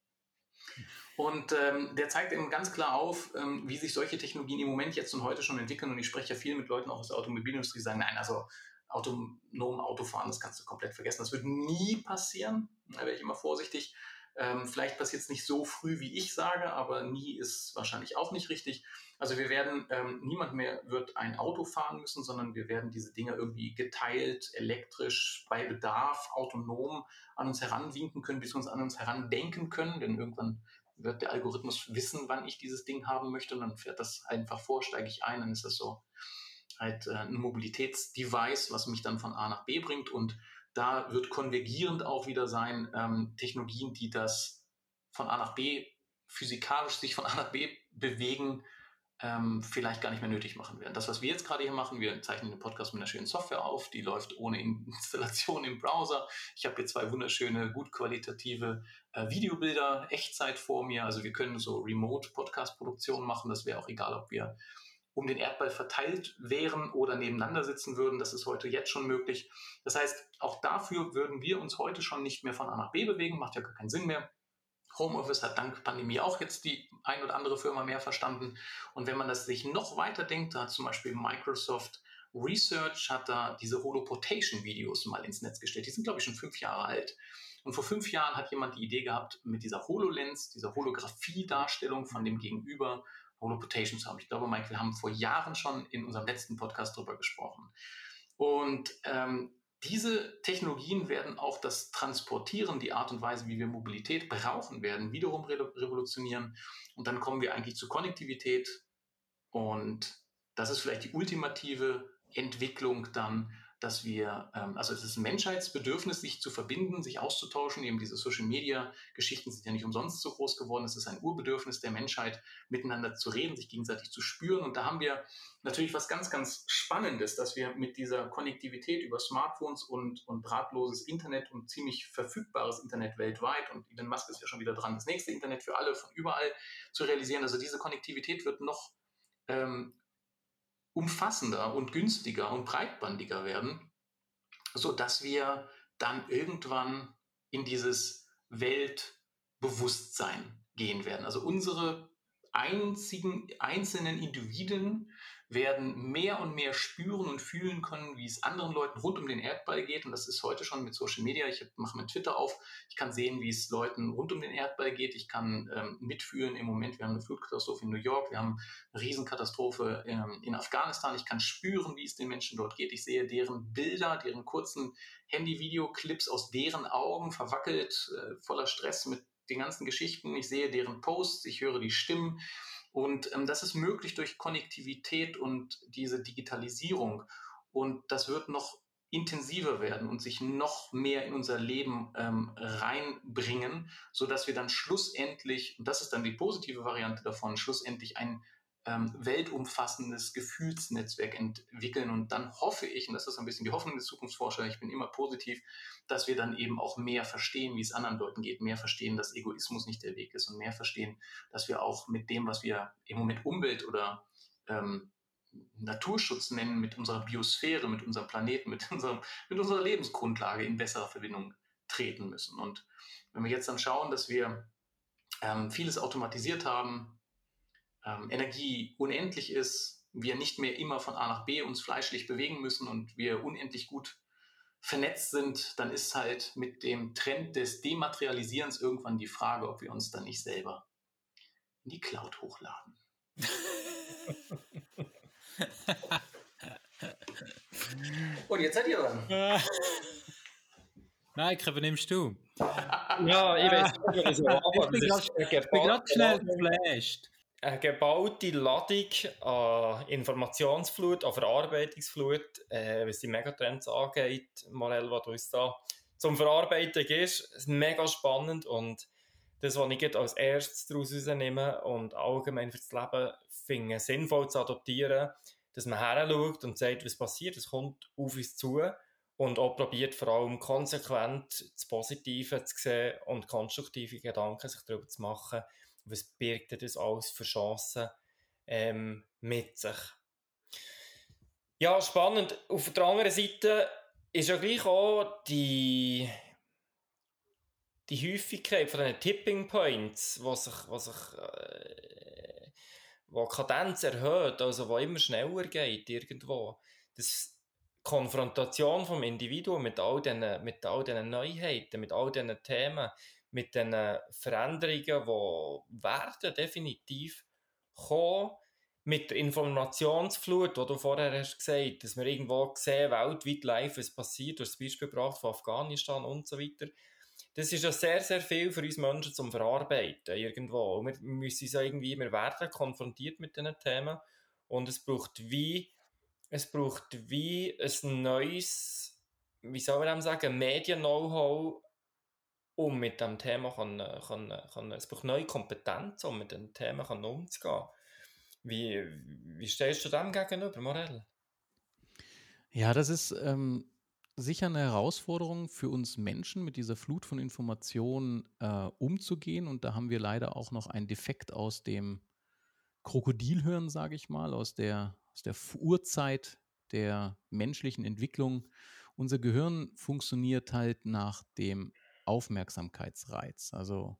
Und der zeigt eben ganz klar auf, wie sich solche Technologien im Moment jetzt und heute schon entwickeln. Und ich spreche ja viel mit Leuten auch aus der Automobilindustrie, die sagen, nein, also autonom Autofahren, das kannst du komplett vergessen. Das wird nie passieren. Da wäre ich immer vorsichtig. Vielleicht passiert es nicht so früh, wie ich sage, aber nie ist wahrscheinlich auch nicht richtig. Also wir werden, niemand mehr wird ein Auto fahren müssen, sondern wir werden diese Dinge irgendwie geteilt, elektrisch, bei Bedarf, autonom an uns heranwinken können, bis wir uns an uns herandenken können, denn irgendwann wird der Algorithmus wissen, wann ich dieses Ding haben möchte und dann fährt das einfach vor, steige ich ein, dann ist das so halt ein Mobilitätsdevice, was mich dann von A nach B bringt und da wird konvergierend auch wieder sein, Technologien, die das von A nach B physikalisch sich von A nach B bewegen, vielleicht gar nicht mehr nötig machen werden. Das, was wir jetzt gerade hier machen, wir zeichnen den Podcast mit einer schönen Software auf, die läuft ohne Installation im Browser. Ich habe hier 2 wunderschöne, gut qualitative Videobilder, Echtzeit vor mir. Also wir können so Remote-Podcast-Produktionen machen. Das wäre auch egal, ob wir um den Erdball verteilt wären oder nebeneinander sitzen würden. Das ist heute jetzt schon möglich. Das heißt, auch dafür würden wir uns heute schon nicht mehr von A nach B bewegen. Macht ja gar keinen Sinn mehr. Homeoffice hat dank Pandemie auch jetzt die ein oder andere Firma mehr verstanden. Und wenn man das sich noch weiter denkt, da hat zum Beispiel Microsoft Research hat da diese Holoportation-Videos mal ins Netz gestellt. Die sind, glaube ich, schon 5 Jahre alt. Und vor 5 Jahren hat jemand die Idee gehabt, mit dieser HoloLens, dieser Holographie-Darstellung von dem Gegenüber, Holoportation zu haben. Ich glaube, Mike, wir haben vor Jahren schon in unserem letzten Podcast darüber gesprochen. Und diese Technologien werden auch das Transportieren, die Art und Weise, wie wir Mobilität brauchen werden, wiederum revolutionieren. Und dann kommen wir eigentlich zu Konnektivität. Und das ist vielleicht die ultimative Entwicklung dann, dass wir, also es ist ein Menschheitsbedürfnis, sich zu verbinden, sich auszutauschen. Eben diese Social-Media-Geschichten sind ja nicht umsonst so groß geworden. Es ist ein Urbedürfnis der Menschheit, miteinander zu reden, sich gegenseitig zu spüren. Und da haben wir natürlich was ganz, ganz Spannendes, dass wir mit dieser Konnektivität über Smartphones und drahtloses Internet und ziemlich verfügbares Internet weltweit, und Elon Musk ist ja schon wieder dran, das nächste Internet für alle von überall zu realisieren. Also diese Konnektivität wird noch umfassender und günstiger und breitbandiger werden, sodass wir dann irgendwann in dieses Weltbewusstsein gehen werden. Also unsere einzelnen Individuen werden mehr und mehr spüren und fühlen können, wie es anderen Leuten rund um den Erdball geht. Und das ist heute schon mit Social Media. Ich mache mir Twitter auf. Ich kann sehen, wie es Leuten rund um den Erdball geht. Ich kann mitfühlen im Moment. Wir haben eine Flutkatastrophe in New York. Wir haben eine Riesenkatastrophe in Afghanistan. Ich kann spüren, wie es den Menschen dort geht. Ich sehe deren Bilder, deren kurzen Handy-Videoclips aus deren Augen, verwackelt, voller Stress mit den ganzen Geschichten. Ich sehe deren Posts, ich höre die Stimmen. Und das ist möglich durch Konnektivität und diese Digitalisierung. Und das wird noch intensiver werden und sich noch mehr in unser Leben reinbringen, sodass wir dann schlussendlich, und das ist dann die positive Variante davon, schlussendlich ein weltumfassendes Gefühlsnetzwerk entwickeln. Und dann hoffe ich, und das ist ein bisschen die Hoffnung des Zukunftsforschers, ich bin immer positiv, dass wir dann eben auch mehr verstehen, wie es anderen Leuten geht, mehr verstehen, dass Egoismus nicht der Weg ist und mehr verstehen, dass wir auch mit dem, was wir im Moment Umwelt oder Naturschutz nennen, mit unserer Biosphäre, mit unserem Planeten, mit unserer Lebensgrundlage in bessere Verbindung treten müssen. Und wenn wir jetzt dann schauen, dass wir vieles automatisiert haben, Energie unendlich ist, wir nicht mehr immer von A nach B uns fleischlich bewegen müssen und wir unendlich gut vernetzt sind, dann ist halt mit dem Trend des Dematerialisierens irgendwann die Frage, ob wir uns dann nicht selber in die Cloud hochladen. Und jetzt seid ihr dran. Nein, übernimmst du. Ja, ich weiß nicht, wie ich so anfange. Ich bin gerade schnell geflasht. Eine geballte Ladung an Informationsflut, an Verarbeitungsflut, was die Megatrends angeht. Morel, was du uns da zum Verarbeiten gibst, ist mega spannend und das, was ich als erstes daraus rausnehme und allgemein für das Leben finde, sinnvoll zu adoptieren, dass man heranschaut und sagt, was passiert, es kommt auf uns zu und auch probiert vor allem konsequent das Positive zu sehen und konstruktive Gedanken sich darüber zu machen, was birgt denn das alles für Chancen mit sich. Ja, spannend. Auf der anderen Seite ist ja gleich auch die Häufigkeit von diesen Tipping Points, wo die Kadenz erhöht, also wo immer schneller geht irgendwo. Das Konfrontation vom Individuum mit all diesen Neuheiten, mit all diesen Themen, mit diesen Veränderungen, die werden definitiv kommen, mit der Informationsflut, die du vorher hast gesagt, dass wir irgendwo sehen, weltweit live, was passiert, du hast das Beispiel gebracht von Afghanistan und so weiter. Das ist ja sehr, sehr viel für uns Menschen zum Verarbeiten irgendwo. Und wir müssen uns irgendwie, wir werden konfrontiert mit diesen Themen und es braucht wie ein neues, wie soll man sagen, Medien-Know-how, um mit dem Thema es braucht neue Kompetenzen, um mit den Themen umzugehen. Wie stehst du dem gegenüber, Morel? Ja, das ist sicher eine Herausforderung für uns Menschen, mit dieser Flut von Informationen umzugehen. Und da haben wir leider auch noch einen Defekt aus dem Krokodilhirn, sage ich mal, aus der Urzeit der menschlichen Entwicklung. Unser Gehirn funktioniert halt nach dem Aufmerksamkeitsreiz. Also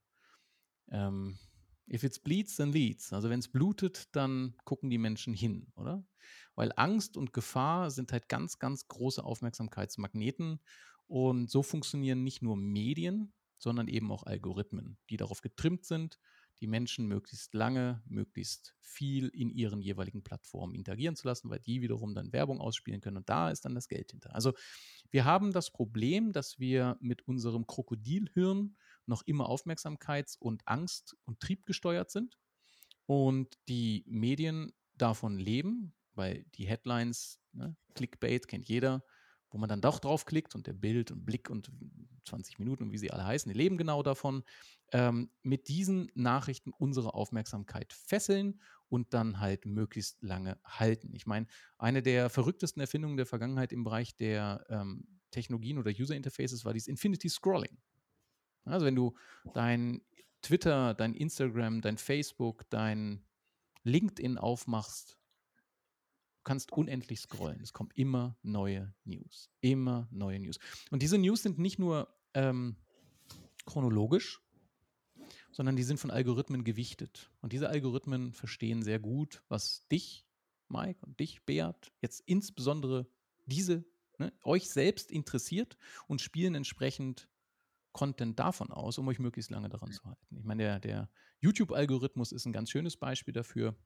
if it bleeds, then leads. Also wenn es blutet, dann gucken die Menschen hin, oder? Weil Angst und Gefahr sind halt ganz, ganz große Aufmerksamkeitsmagneten. Und so funktionieren nicht nur Medien, sondern eben auch Algorithmen, die darauf getrimmt sind, die Menschen möglichst lange, möglichst viel in ihren jeweiligen Plattformen interagieren zu lassen, weil die wiederum dann Werbung ausspielen können und da ist dann das Geld hinter. Also wir haben das Problem, dass wir mit unserem Krokodilhirn noch immer aufmerksamkeits- und Angst- und triebgesteuert sind und die Medien davon leben, weil die Headlines, ne, Clickbait kennt jeder, wo man dann doch draufklickt und der Bild und Blick und 20 Minuten und wie sie alle heißen, die leben genau davon, mit diesen Nachrichten unsere Aufmerksamkeit fesseln und dann halt möglichst lange halten. Ich meine, eine der verrücktesten Erfindungen der Vergangenheit im Bereich der Technologien oder User Interfaces war dieses Infinity Scrolling. Also wenn du dein Twitter, dein Instagram, dein Facebook, dein LinkedIn aufmachst, du kannst unendlich scrollen. Es kommen immer neue News. Immer neue News. Und diese News sind nicht nur chronologisch, sondern die sind von Algorithmen gewichtet. Und diese Algorithmen verstehen sehr gut, was dich, Mike, und dich, Beat, jetzt insbesondere euch selbst interessiert und spielen entsprechend Content davon aus, um euch möglichst lange daran zu halten. Ich meine, der YouTube-Algorithmus ist ein ganz schönes Beispiel dafür.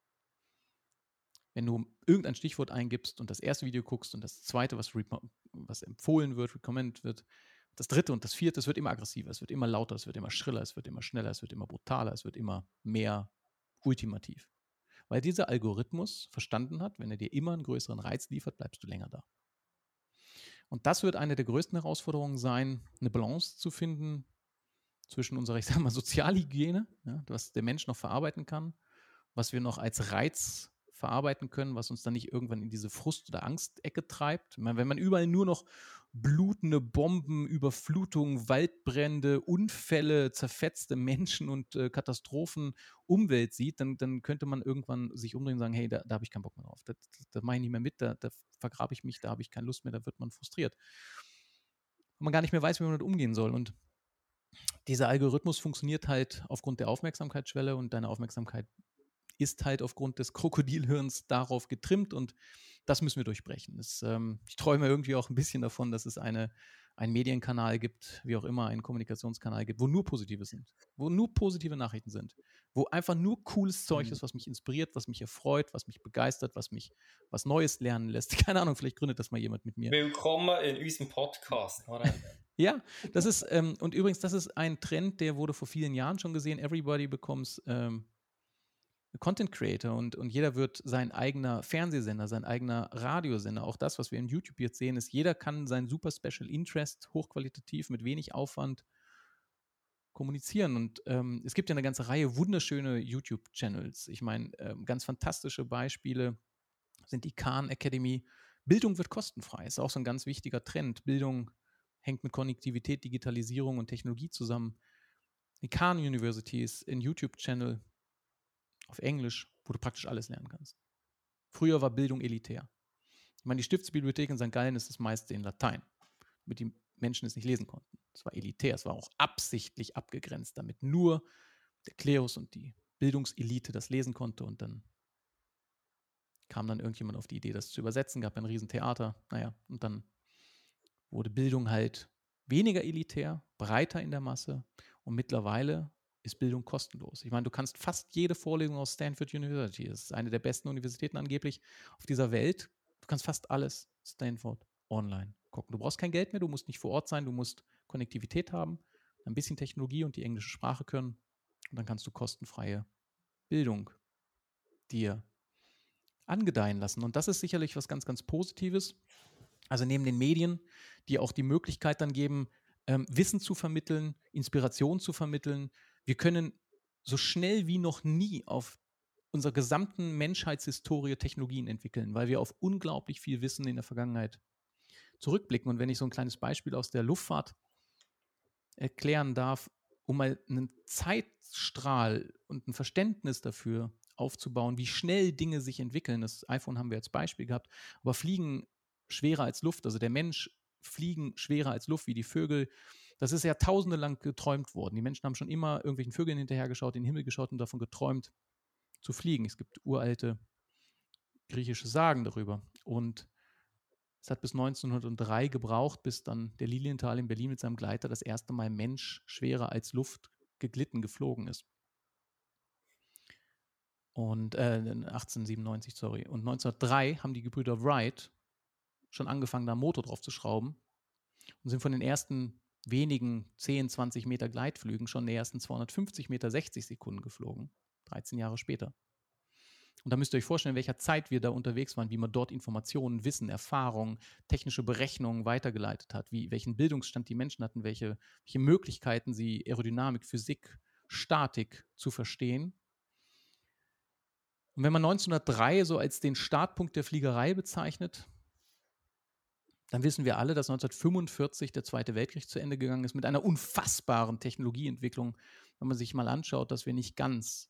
Wenn du irgendein Stichwort eingibst und das erste Video guckst und das zweite, was empfohlen wird, recommended wird, das dritte und das vierte, es wird immer aggressiver, es wird immer lauter, es wird immer schriller, es wird immer schneller, es wird immer brutaler, es wird immer mehr ultimativ. Weil dieser Algorithmus verstanden hat, wenn er dir immer einen größeren Reiz liefert, bleibst du länger da. Und das wird eine der größten Herausforderungen sein, eine Balance zu finden zwischen unserer, ich sag mal, Sozialhygiene, ja, was der Mensch noch verarbeiten kann, was wir noch als Reiz verarbeiten können, was uns dann nicht irgendwann in diese Frust- oder Angstecke treibt. Ich meine, wenn man überall nur noch blutende Bomben, Überflutungen, Waldbrände, Unfälle, zerfetzte Menschen und Katastrophen, Umwelt sieht, dann könnte man irgendwann sich umdrehen und sagen, hey, da habe ich keinen Bock mehr drauf. Da mache ich nicht mehr mit, da vergrabe ich mich, da habe ich keine Lust mehr, da wird man frustriert. Und man gar nicht mehr weiß, wie man damit umgehen soll. Und dieser Algorithmus funktioniert halt aufgrund der Aufmerksamkeitsschwelle und deine Aufmerksamkeit ist halt aufgrund des Krokodilhirns darauf getrimmt und das müssen wir durchbrechen. Ich träume irgendwie auch ein bisschen davon, dass es einen Medienkanal gibt, wie auch immer, einen Kommunikationskanal gibt, wo nur Positive sind, wo nur positive Nachrichten sind, wo einfach nur cooles Zeug ist, was mich inspiriert, was mich erfreut, was mich begeistert, was Neues lernen lässt. Keine Ahnung, vielleicht gründet das mal jemand mit mir. Willkommen in unserem Podcast. Ja, das ist, und übrigens, das ist ein Trend, der wurde vor vielen Jahren schon gesehen. Everybody becomes Content Creator und jeder wird sein eigener Fernsehsender, sein eigener Radiosender. Auch das, was wir in YouTube jetzt sehen, ist, jeder kann sein super Special Interest hochqualitativ mit wenig Aufwand kommunizieren. Und es gibt ja eine ganze Reihe wunderschöne YouTube-Channels. Ich meine, ganz fantastische Beispiele sind die Khan Academy. Bildung wird kostenfrei, ist auch so ein ganz wichtiger Trend. Bildung hängt mit Konnektivität, Digitalisierung und Technologie zusammen. Die Khan University ist ein YouTube-Channel auf Englisch, wo du praktisch alles lernen kannst. Früher war Bildung elitär. Ich meine, die Stiftsbibliothek in St. Gallen ist das meiste in Latein, damit die Menschen es nicht lesen konnten. Es war elitär, es war auch absichtlich abgegrenzt, damit nur der Klerus und die Bildungselite das lesen konnte, und dann kam dann irgendjemand auf die Idee, das zu übersetzen, gab ein Riesentheater, und dann wurde Bildung halt weniger elitär, breiter in der Masse, und mittlerweile ist Bildung kostenlos. Ich meine, du kannst fast jede Vorlesung aus Stanford University, das ist eine der besten Universitäten angeblich auf dieser Welt, du kannst fast alles Stanford online gucken. Du brauchst kein Geld mehr, du musst nicht vor Ort sein, du musst Konnektivität haben, ein bisschen Technologie und die englische Sprache können, und dann kannst du kostenfreie Bildung dir angedeihen lassen. Und das ist sicherlich was ganz, ganz Positives. Also neben den Medien, die auch die Möglichkeit dann geben, Wissen zu vermitteln, Inspiration zu vermitteln. Wir können so schnell wie noch nie auf unserer gesamten Menschheitshistorie Technologien entwickeln, weil wir auf unglaublich viel Wissen in der Vergangenheit zurückblicken. Und wenn ich so ein kleines Beispiel aus der Luftfahrt erklären darf, um mal einen Zeitstrahl und ein Verständnis dafür aufzubauen, wie schnell Dinge sich entwickeln. Das iPhone haben wir als Beispiel gehabt, aber Fliegen schwerer als Luft, also der Mensch fliegen schwerer als Luft, wie die Vögel. Das ist jahrtausende lang geträumt worden. Die Menschen haben schon immer irgendwelchen Vögeln hinterhergeschaut, in den Himmel geschaut und davon geträumt, zu fliegen. Es gibt uralte griechische Sagen darüber. Und es hat bis 1903 gebraucht, bis dann der Lilienthal in Berlin mit seinem Gleiter das erste Mal Mensch schwerer als Luft geflogen ist. Und 1897, sorry. Und 1903 haben die Gebrüder Wright schon angefangen, da einen Motor drauf zu schrauben und sind von den ersten wenigen 10, 20 Meter Gleitflügen schon die ersten 250 Meter 60 Sekunden geflogen, 13 Jahre später. Und da müsst ihr euch vorstellen, in welcher Zeit wir da unterwegs waren, wie man dort Informationen, Wissen, Erfahrung, technische Berechnungen weitergeleitet hat, welchen Bildungsstand die Menschen hatten, welche Möglichkeiten sie Aerodynamik, Physik, Statik zu verstehen. Und wenn man 1903 so als den Startpunkt der Fliegerei bezeichnet, dann wissen wir alle, dass 1945 der Zweite Weltkrieg zu Ende gegangen ist mit einer unfassbaren Technologieentwicklung. Wenn man sich mal anschaut, dass wir nicht ganz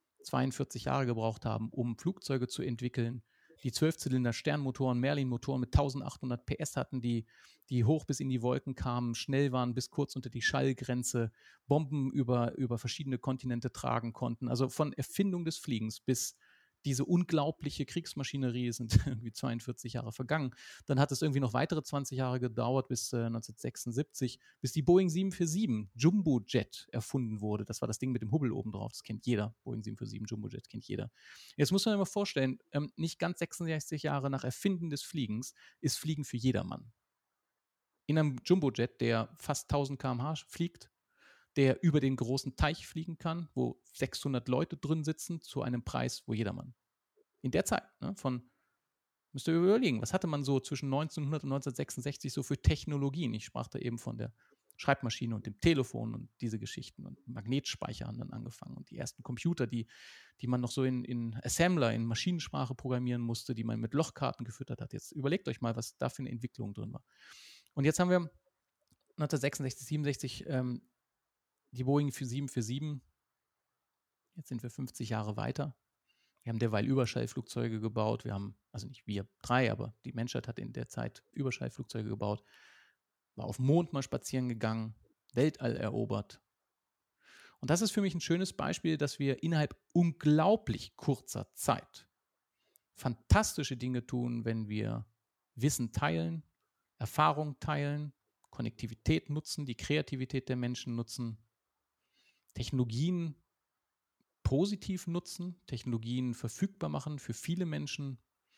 42 Jahre gebraucht haben, um Flugzeuge zu entwickeln, die 12-Zylinder-Sternmotoren, Merlin-Motoren mit 1800 PS hatten, die hoch bis in die Wolken kamen, schnell waren, bis kurz unter die Schallgrenze, Bomben über verschiedene Kontinente tragen konnten. Also von Erfindung des Fliegens bis diese unglaubliche Kriegsmaschinerie sind irgendwie 42 Jahre vergangen. Dann hat es irgendwie noch weitere 20 Jahre gedauert, bis 1976, bis die Boeing 747 Jumbo Jet erfunden wurde. Das war das Ding mit dem Hubbel oben drauf. Das kennt jeder. Boeing 747 Jumbo Jet kennt jeder. Jetzt muss man sich mal vorstellen, nicht ganz 66 Jahre nach Erfinden des Fliegens ist Fliegen für jedermann. In einem Jumbo Jet, der fast 1000 km/h fliegt, der über den großen Teich fliegen kann, wo 600 Leute drin sitzen, zu einem Preis, wo jedermann. In der Zeit, müsst ihr überlegen, was hatte man so zwischen 1900 und 1966 so für Technologien? Ich sprach da eben von der Schreibmaschine und dem Telefon und diese Geschichten, und Magnetspeicher haben dann angefangen und die ersten Computer, die man noch so in Assembler, in Maschinensprache programmieren musste, die man mit Lochkarten gefüttert hat. Jetzt überlegt euch mal, was da für eine Entwicklung drin war. Und jetzt haben wir 1966, 67 die Boeing 747. Jetzt sind wir 50 Jahre weiter. Wir haben derweil Überschallflugzeuge gebaut. Wir haben, also nicht wir drei, aber die Menschheit hat in der Zeit Überschallflugzeuge gebaut, war auf dem Mond mal spazieren gegangen, Weltall erobert. Und das ist für mich ein schönes Beispiel, dass wir innerhalb unglaublich kurzer Zeit fantastische Dinge tun, wenn wir Wissen teilen, Erfahrung teilen, Konnektivität nutzen, die Kreativität der Menschen nutzen, Technologien positiv nutzen, Technologien verfügbar machen für viele Menschen.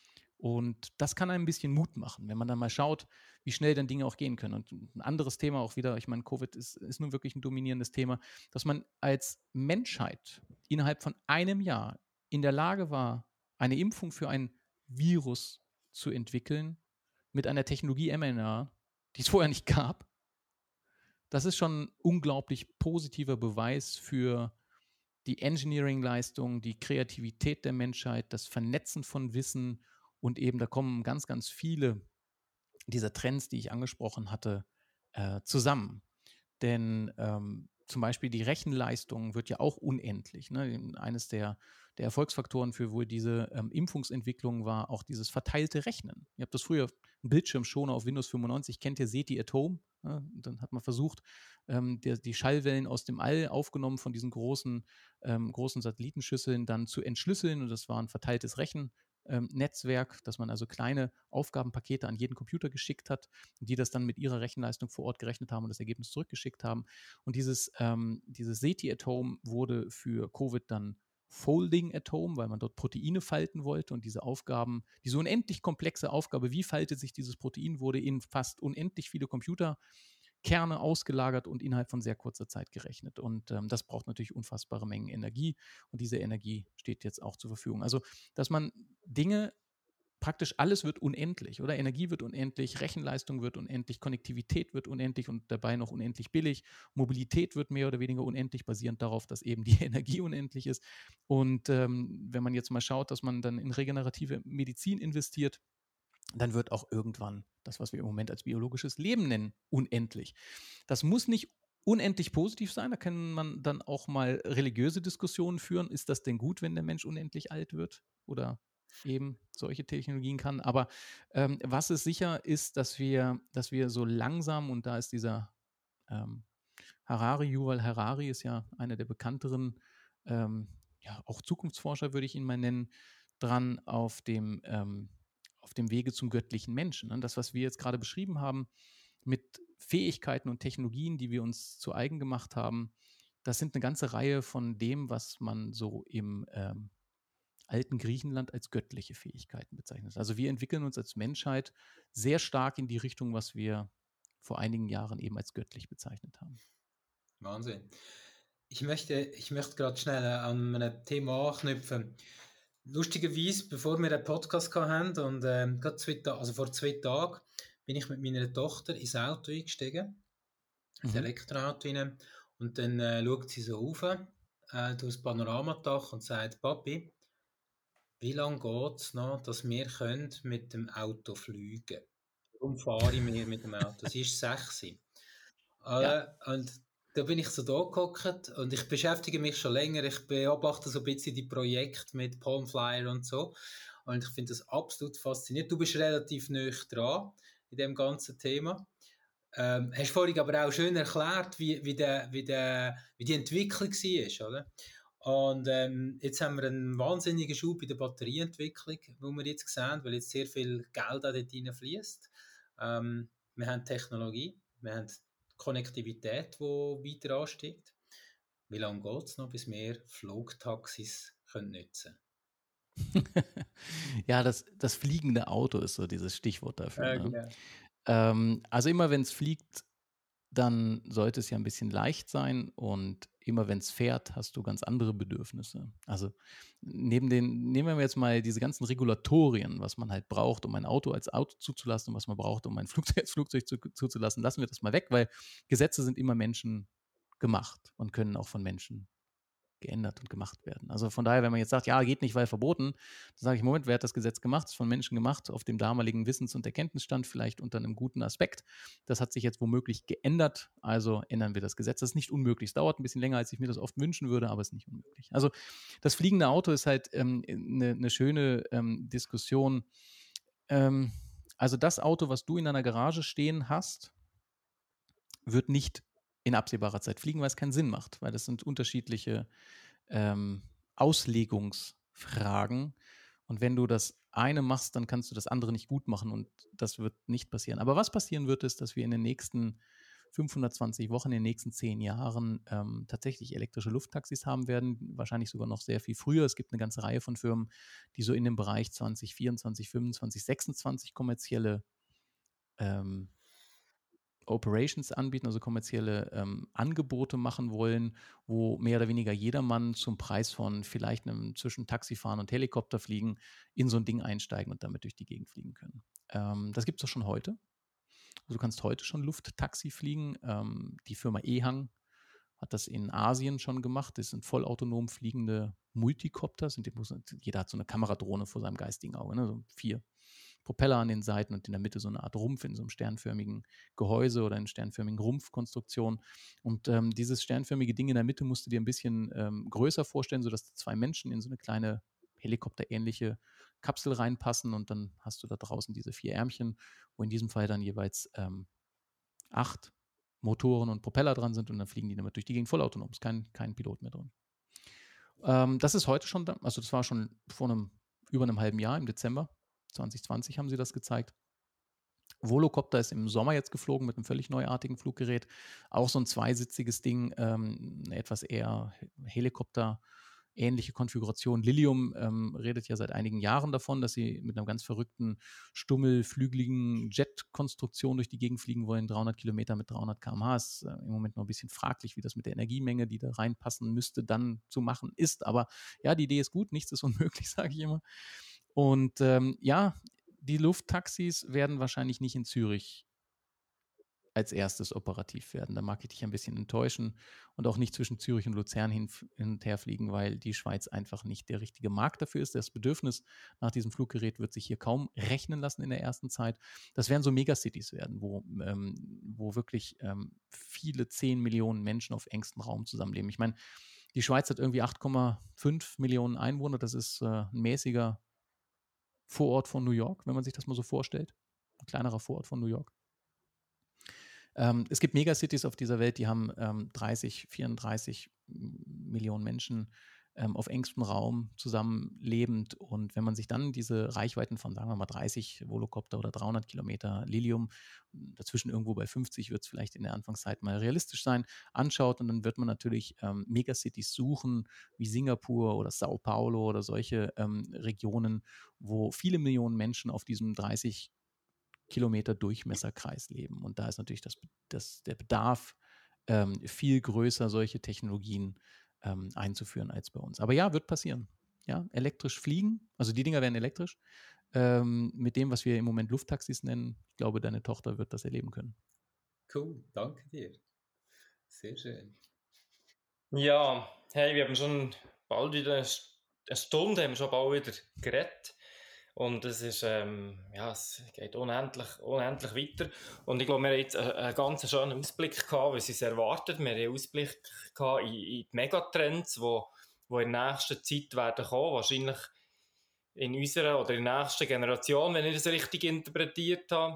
Und das kann einem ein bisschen Mut machen, wenn man dann mal schaut, wie schnell dann Dinge auch gehen können. Und ein anderes Thema auch wieder, ich meine, Covid ist nun wirklich ein dominierendes Thema, dass man als Menschheit innerhalb von einem Jahr in der Lage war, eine Impfung für ein Virus zu entwickeln mit einer Technologie mRNA, die es vorher nicht gab. Das ist schon ein unglaublich positiver Beweis für die Engineering-Leistung, die Kreativität der Menschheit, das Vernetzen von Wissen Und eben da kommen ganz, ganz viele dieser Trends, die ich angesprochen hatte, zusammen. Denn zum Beispiel die Rechenleistung wird ja auch unendlich. Ne? Eines der Erfolgsfaktoren für wohl diese Impfungsentwicklung war auch dieses verteilte Rechnen. Ihr habt das früher, ein Bildschirmschoner auf Windows 95, kennt ihr SETI at Home? Ne? Dann hat man versucht, die Schallwellen aus dem All aufgenommen von diesen großen Satellitenschüsseln dann zu entschlüsseln, und das war ein verteiltes Rechennetzwerk, dass man also kleine Aufgabenpakete an jeden Computer geschickt hat, die das dann mit ihrer Rechenleistung vor Ort gerechnet haben und das Ergebnis zurückgeschickt haben. Und dieses SETI at Home wurde für Covid dann Folding at Home, weil man dort Proteine falten wollte, und diese Aufgaben, diese unendlich komplexe Aufgabe, wie faltet sich dieses Protein, wurde in fast unendlich viele Computerkerne ausgelagert und innerhalb von sehr kurzer Zeit gerechnet. Und das braucht natürlich unfassbare Mengen Energie, und diese Energie steht jetzt auch zur Verfügung. Also, dass man Dinge praktisch alles wird unendlich, oder? Energie wird unendlich, Rechenleistung wird unendlich, Konnektivität wird unendlich und dabei noch unendlich billig. Mobilität wird mehr oder weniger unendlich, basierend darauf, dass eben die Energie unendlich ist. Und wenn man jetzt mal schaut, dass man dann in regenerative Medizin investiert, dann wird auch irgendwann das, was wir im Moment als biologisches Leben nennen, unendlich. Das muss nicht unendlich positiv sein, da kann man dann auch mal religiöse Diskussionen führen. Ist das denn gut, wenn der Mensch unendlich alt wird oder eben solche Technologien kann? Aber was ist sicher ist, dass wir so langsam, und da ist dieser ähm, Yuval Harari ist ja einer der bekannteren, ja, auch Zukunftsforscher würde ich ihn mal nennen, dran auf dem Wege zum göttlichen Menschen. Ne? Das, was wir jetzt gerade beschrieben haben, mit Fähigkeiten und Technologien, die wir uns zu eigen gemacht haben, das sind eine ganze Reihe von dem, was man so im alten Griechenland als göttliche Fähigkeiten bezeichnet. Also wir entwickeln uns als Menschheit sehr stark in die Richtung, was wir vor einigen Jahren eben als göttlich bezeichnet haben. Wahnsinn. Ich möchte gerade schnell an einem Thema anknüpfen. Lustigerweise, bevor wir den Podcast hatten und gerade vor 2 Tagen, bin ich mit meiner Tochter ins Auto eingestiegen, ins Elektroauto rein, und dann schaut sie so rauf, durch das Panoramadach und sagt: Papi, wie lange geht es noch, dass wir können mit dem Auto fliegen können? Warum fahre ich mehr mit dem Auto? Sie ist 6. Ja. Und da bin ich so da gehockt und ich beschäftige mich schon länger. Ich beobachte so ein bisschen die Projekte mit Palmflyer und so. Und ich finde das absolut faszinierend. Du bist relativ nah dran in dem ganzen Thema. Hast vorhin aber auch schön erklärt, wie die Entwicklung war, oder? Und jetzt haben wir einen wahnsinnigen Schub bei der Batterieentwicklung, wo wir jetzt sehen, weil jetzt sehr viel Geld auch dort reinfließt. Wir haben Technologie, wir haben Konnektivität, die weiter ansteigt. Wie lange geht es noch, bis wir Flugtaxis nutzen Ja, das fliegende Auto ist so dieses Stichwort dafür. Ne? Genau. Also immer wenn es fliegt, dann sollte es ja ein bisschen leicht sein, und immer wenn es fährt, hast du ganz andere Bedürfnisse. Also nehmen wir jetzt mal diese ganzen Regulatorien, was man halt braucht, um ein Auto als Auto zuzulassen, und was man braucht, um ein Flugzeug als Flugzeug zuzulassen, lassen wir das mal weg, weil Gesetze sind immer Menschen gemacht und können auch von Menschen geändert und gemacht werden. Also von daher, wenn man jetzt sagt, ja, geht nicht, weil verboten, dann sage ich: Moment, wer hat das Gesetz gemacht? Das ist von Menschen gemacht, auf dem damaligen Wissens- und Erkenntnisstand, vielleicht unter einem guten Aspekt. Das hat sich jetzt womöglich geändert, also ändern wir das Gesetz. Das ist nicht unmöglich. Es dauert ein bisschen länger, als ich mir das oft wünschen würde, aber es ist nicht unmöglich. Also das fliegende Auto ist halt eine schöne Diskussion. Also das Auto, was du in deiner Garage stehen hast, wird nicht in absehbarer Zeit fliegen, weil es keinen Sinn macht, weil das sind unterschiedliche Auslegungsfragen. Und wenn du das eine machst, dann kannst du das andere nicht gut machen, und das wird nicht passieren. Aber was passieren wird, ist, dass wir in den nächsten 520 Wochen, in den nächsten 10 Jahren tatsächlich elektrische Lufttaxis haben werden, wahrscheinlich sogar noch sehr viel früher. Es gibt eine ganze Reihe von Firmen, die so in dem Bereich 2024, 25, 26 kommerzielle Operations anbieten, also kommerzielle Angebote machen wollen, wo mehr oder weniger jedermann zum Preis von vielleicht einem zwischen Taxifahren und Helikopterfliegen in so ein Ding einsteigen und damit durch die Gegend fliegen können. Das gibt es doch schon heute. Also du kannst heute schon Lufttaxi fliegen. Die Firma Ehang hat das in Asien schon gemacht. Das sind vollautonom fliegende Multicopter. Jeder hat so eine Kameradrohne vor seinem geistigen Auge, ne? So 4 Propeller an den Seiten und in der Mitte so eine Art Rumpf in so einem sternförmigen Gehäuse oder in sternförmigen Rumpfkonstruktion. Und dieses sternförmige Ding in der Mitte musst du dir ein bisschen größer vorstellen, sodass 2 Menschen in so eine kleine helikopterähnliche Kapsel reinpassen und dann hast du da draußen diese 4 Ärmchen, wo in diesem Fall dann jeweils 8 Motoren und Propeller dran sind und dann fliegen die damit durch die Gegend vollautonom. Ist kein Pilot mehr drin. Das ist heute schon da, also das war schon über einem halben Jahr, im Dezember 2020 haben sie das gezeigt. Volocopter ist im Sommer jetzt geflogen mit einem völlig neuartigen Fluggerät. Auch so ein zweisitziges Ding, eine etwas eher Helikopter-ähnliche Konfiguration. Lilium redet ja seit einigen Jahren davon, dass sie mit einer ganz verrückten, stummelflügeligen Jet-Konstruktion durch die Gegend fliegen wollen. 300 Kilometer mit 300 km/h ist im Moment noch ein bisschen fraglich, wie das mit der Energiemenge, die da reinpassen müsste, dann zu machen ist. Aber ja, die Idee ist gut, nichts ist unmöglich, sage ich immer. Und ja, die Lufttaxis werden wahrscheinlich nicht in Zürich als erstes operativ werden. Da mag ich dich ein bisschen enttäuschen und auch nicht zwischen Zürich und Luzern hin und her fliegen, weil die Schweiz einfach nicht der richtige Markt dafür ist. Das Bedürfnis nach diesem Fluggerät wird sich hier kaum rechnen lassen in der ersten Zeit. Das werden so Megacities werden, wo wirklich viele 10 Millionen Menschen auf engstem Raum zusammenleben. Ich meine, die Schweiz hat irgendwie 8,5 Millionen Einwohner. Das ist ein mäßiger Vorort von New York, wenn man sich das mal so vorstellt. Ein kleinerer Vorort von New York. Es gibt Megacities auf dieser Welt, die haben 30, 34 Millionen Menschen auf engstem Raum zusammenlebend. Und wenn man sich dann diese Reichweiten von, sagen wir mal, 30 Volocopter oder 300 Kilometer Lilium, dazwischen irgendwo bei 50 wird es vielleicht in der Anfangszeit mal realistisch sein, anschaut, und dann wird man natürlich Megacities suchen, wie Singapur oder Sao Paulo oder solche Regionen, wo viele Millionen Menschen auf diesem 30 Kilometer Durchmesserkreis leben. Und da ist natürlich der Bedarf viel größer, solche Technologien einzuführen als bei uns. Aber ja, wird passieren. Ja, elektrisch fliegen, also die Dinger werden elektrisch. Mit dem, was wir im Moment Lufttaxis nennen, ich glaube, deine Tochter wird das erleben können. Cool, danke dir. Sehr schön. Ja, hey, wir haben schon bald wieder eine Stunde, haben wir schon bald wieder geredet. Und es ist, es geht unendlich weiter. Und ich glaube, wir haben jetzt einen ganz schönen Ausblick gehabt, was uns erwartet. Wir haben einen Ausblick gehabt in die Megatrends, die in der nächsten Zeit werden kommen. Wahrscheinlich in unserer oder in der nächsten Generation, wenn ich das richtig interpretiert habe.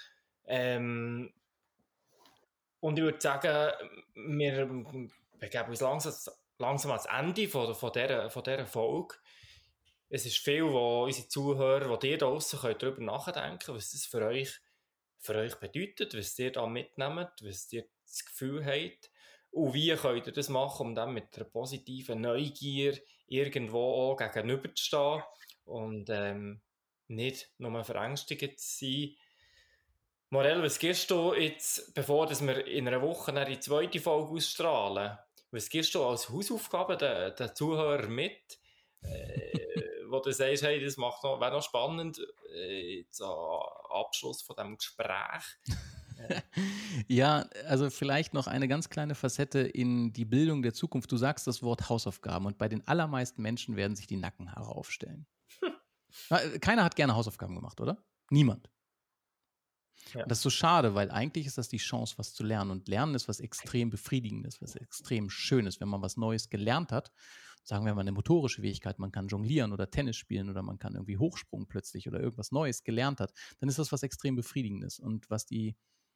Und ich würde sagen, wir begeben uns langsam ans Ende von dieser Folge. Es ist viel, wo unsere Zuhörer, die ihr da draussen könnt darüber nachdenken, was das für euch bedeutet, was ihr da mitnehmt, was ihr das Gefühl habt. Und wie könnt ihr das machen, um dann mit einer positiven Neugier irgendwo auch gegenüberzustehen und nicht nur verängstigt zu sein. Morel, was gibst du jetzt, bevor wir in einer Woche die zweite Folge ausstrahlen, was gibst du als Hausaufgabe den Zuhörern mit, wo du sagst, hey, das wäre noch spannend, zum Abschluss von diesem Gespräch? Ja, also vielleicht noch eine ganz kleine Facette in die Bildung der Zukunft. Du sagst das Wort Hausaufgaben und bei den allermeisten Menschen werden sich die Nackenhaare aufstellen. Keiner hat gerne Hausaufgaben gemacht, oder? Niemand. Ja. Und das ist so schade, weil eigentlich ist das die Chance, was zu lernen. Und Lernen ist was extrem Befriedigendes, was extrem Schönes, wenn man was Neues gelernt hat. Sagen wir mal eine motorische Fähigkeit, man kann jonglieren oder Tennis spielen oder man kann irgendwie Hochsprung plötzlich oder irgendwas Neues gelernt hat, dann ist das was extrem Befriedigendes. Und was die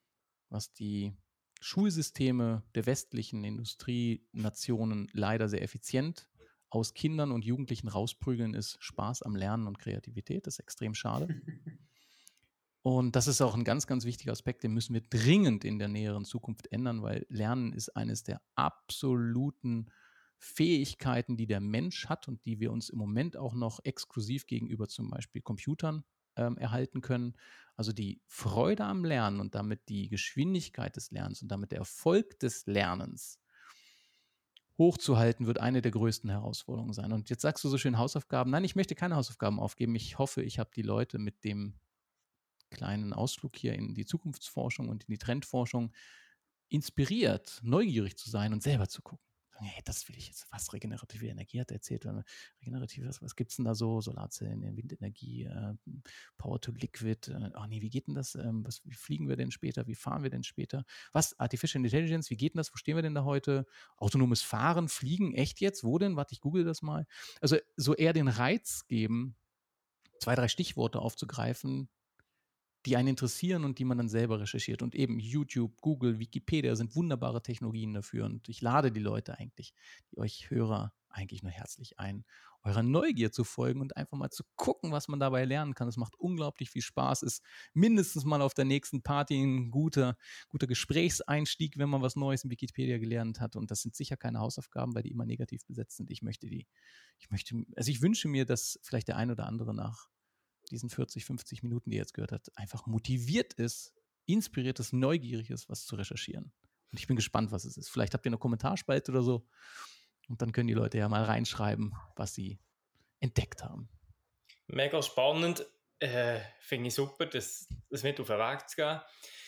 Schulsysteme der westlichen Industrienationen leider sehr effizient aus Kindern und Jugendlichen rausprügeln, ist Spaß am Lernen und Kreativität. Das ist extrem schade. Und das ist auch ein ganz, ganz wichtiger Aspekt, den müssen wir dringend in der näheren Zukunft ändern, weil Lernen ist eines der absoluten Fähigkeiten, die der Mensch hat und die wir uns im Moment auch noch exklusiv gegenüber zum Beispiel Computern erhalten können. Also die Freude am Lernen und damit die Geschwindigkeit des Lernens und damit der Erfolg des Lernens hochzuhalten, wird eine der größten Herausforderungen sein. Und jetzt sagst du so schön Hausaufgaben. Nein, ich möchte keine Hausaufgaben aufgeben. Ich hoffe, ich habe die Leute mit dem kleinen Ausflug hier in die Zukunftsforschung und in die Trendforschung inspiriert, neugierig zu sein und selber zu gucken. Hey, das will ich jetzt. Was regenerative Energie hat er erzählt? Regenerative, was gibt es denn da so? Solarzellen, Windenergie, Power to Liquid. Nee, wie geht denn das? Wie fliegen wir denn später? Wie fahren wir denn später? Was? Artificial Intelligence, wie geht denn das? Wo stehen wir denn da heute? Autonomes Fahren, Fliegen, echt jetzt? Wo denn? Warte, ich google das mal. Also so eher den Reiz geben, 2, 3 Stichworte aufzugreifen, die einen interessieren und die man dann selber recherchiert. Und eben YouTube, Google, Wikipedia sind wunderbare Technologien dafür. Und ich lade die Leute eigentlich, die euch Hörer, eigentlich nur herzlich ein, eurer Neugier zu folgen und einfach mal zu gucken, was man dabei lernen kann. Es macht unglaublich viel Spaß, ist mindestens mal auf der nächsten Party ein guter Gesprächseinstieg, wenn man was Neues in Wikipedia gelernt hat. Und das sind sicher keine Hausaufgaben, weil die immer negativ besetzt sind. Ich wünsche mir, dass vielleicht der ein oder andere nach diesen 40, 50 Minuten, die er jetzt gehört hat, einfach motiviert ist, inspiriert ist, neugierig ist, was zu recherchieren. Und ich bin gespannt, was es ist. Vielleicht habt ihr eine Kommentarspalte oder so. Und dann können die Leute ja mal reinschreiben, was sie entdeckt haben. Mega spannend. Finde ich super, das mit auf den Weg zu gehen.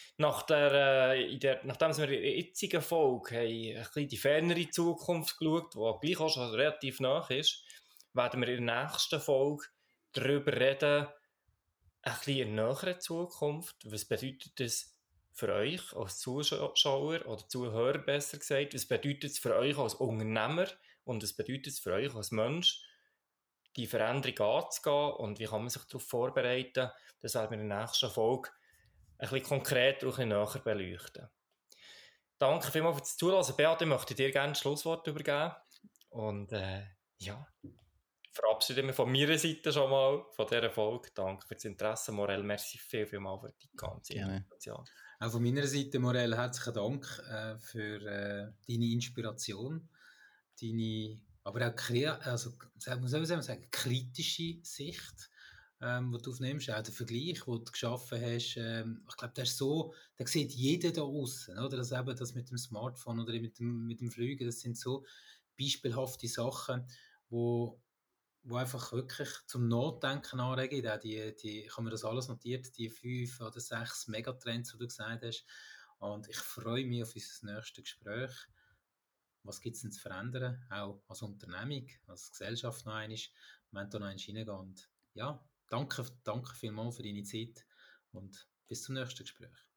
Nachdem wir in der jetzigen Folge ein bisschen die fernere Zukunft geschaut, die gleich auch schon relativ nah ist, werden wir in der nächsten Folge darüber reden, ein bisschen in der näheren Zukunft. Was bedeutet das für euch als Zuschauer oder Zuhörer, besser gesagt? Was bedeutet es für euch als Unternehmer und was bedeutet es für euch als Mensch, die Veränderung anzugehen und wie kann man sich darauf vorbereiten? Das werden wir in der nächsten Folge ein bisschen konkreter und ein bisschen näher beleuchten. Danke vielmals fürs Zuhören. Beate, ich möchte dir gerne das Schlusswort übergeben. Und verabschiede mich von meiner Seite schon mal von dieser Folge. Danke für das Interesse, Morel. Merci vielmals für die ganze Information. Auch von meiner Seite, Morel, herzlichen Dank für deine Inspiration, aber auch kritische Sicht, die du aufnimmst, auch der Vergleich, den du geschaffen hast. Ich glaube, da sieht jeder da außen, oder? Das mit dem Smartphone oder mit dem Fliegen, das sind so beispielhafte Sachen, wo einfach wirklich zum Nachdenken anregen. Auch ich habe mir das alles notiert, die 5 oder 6 Megatrends, die du gesagt hast. Und ich freue mich auf unser nächstes Gespräch. Was gibt es denn zu verändern? Auch als Unternehmung, als Gesellschaft noch einmal. Wir wollen da noch einmal reingehen. Und ja, danke vielmals für deine Zeit und bis zum nächsten Gespräch.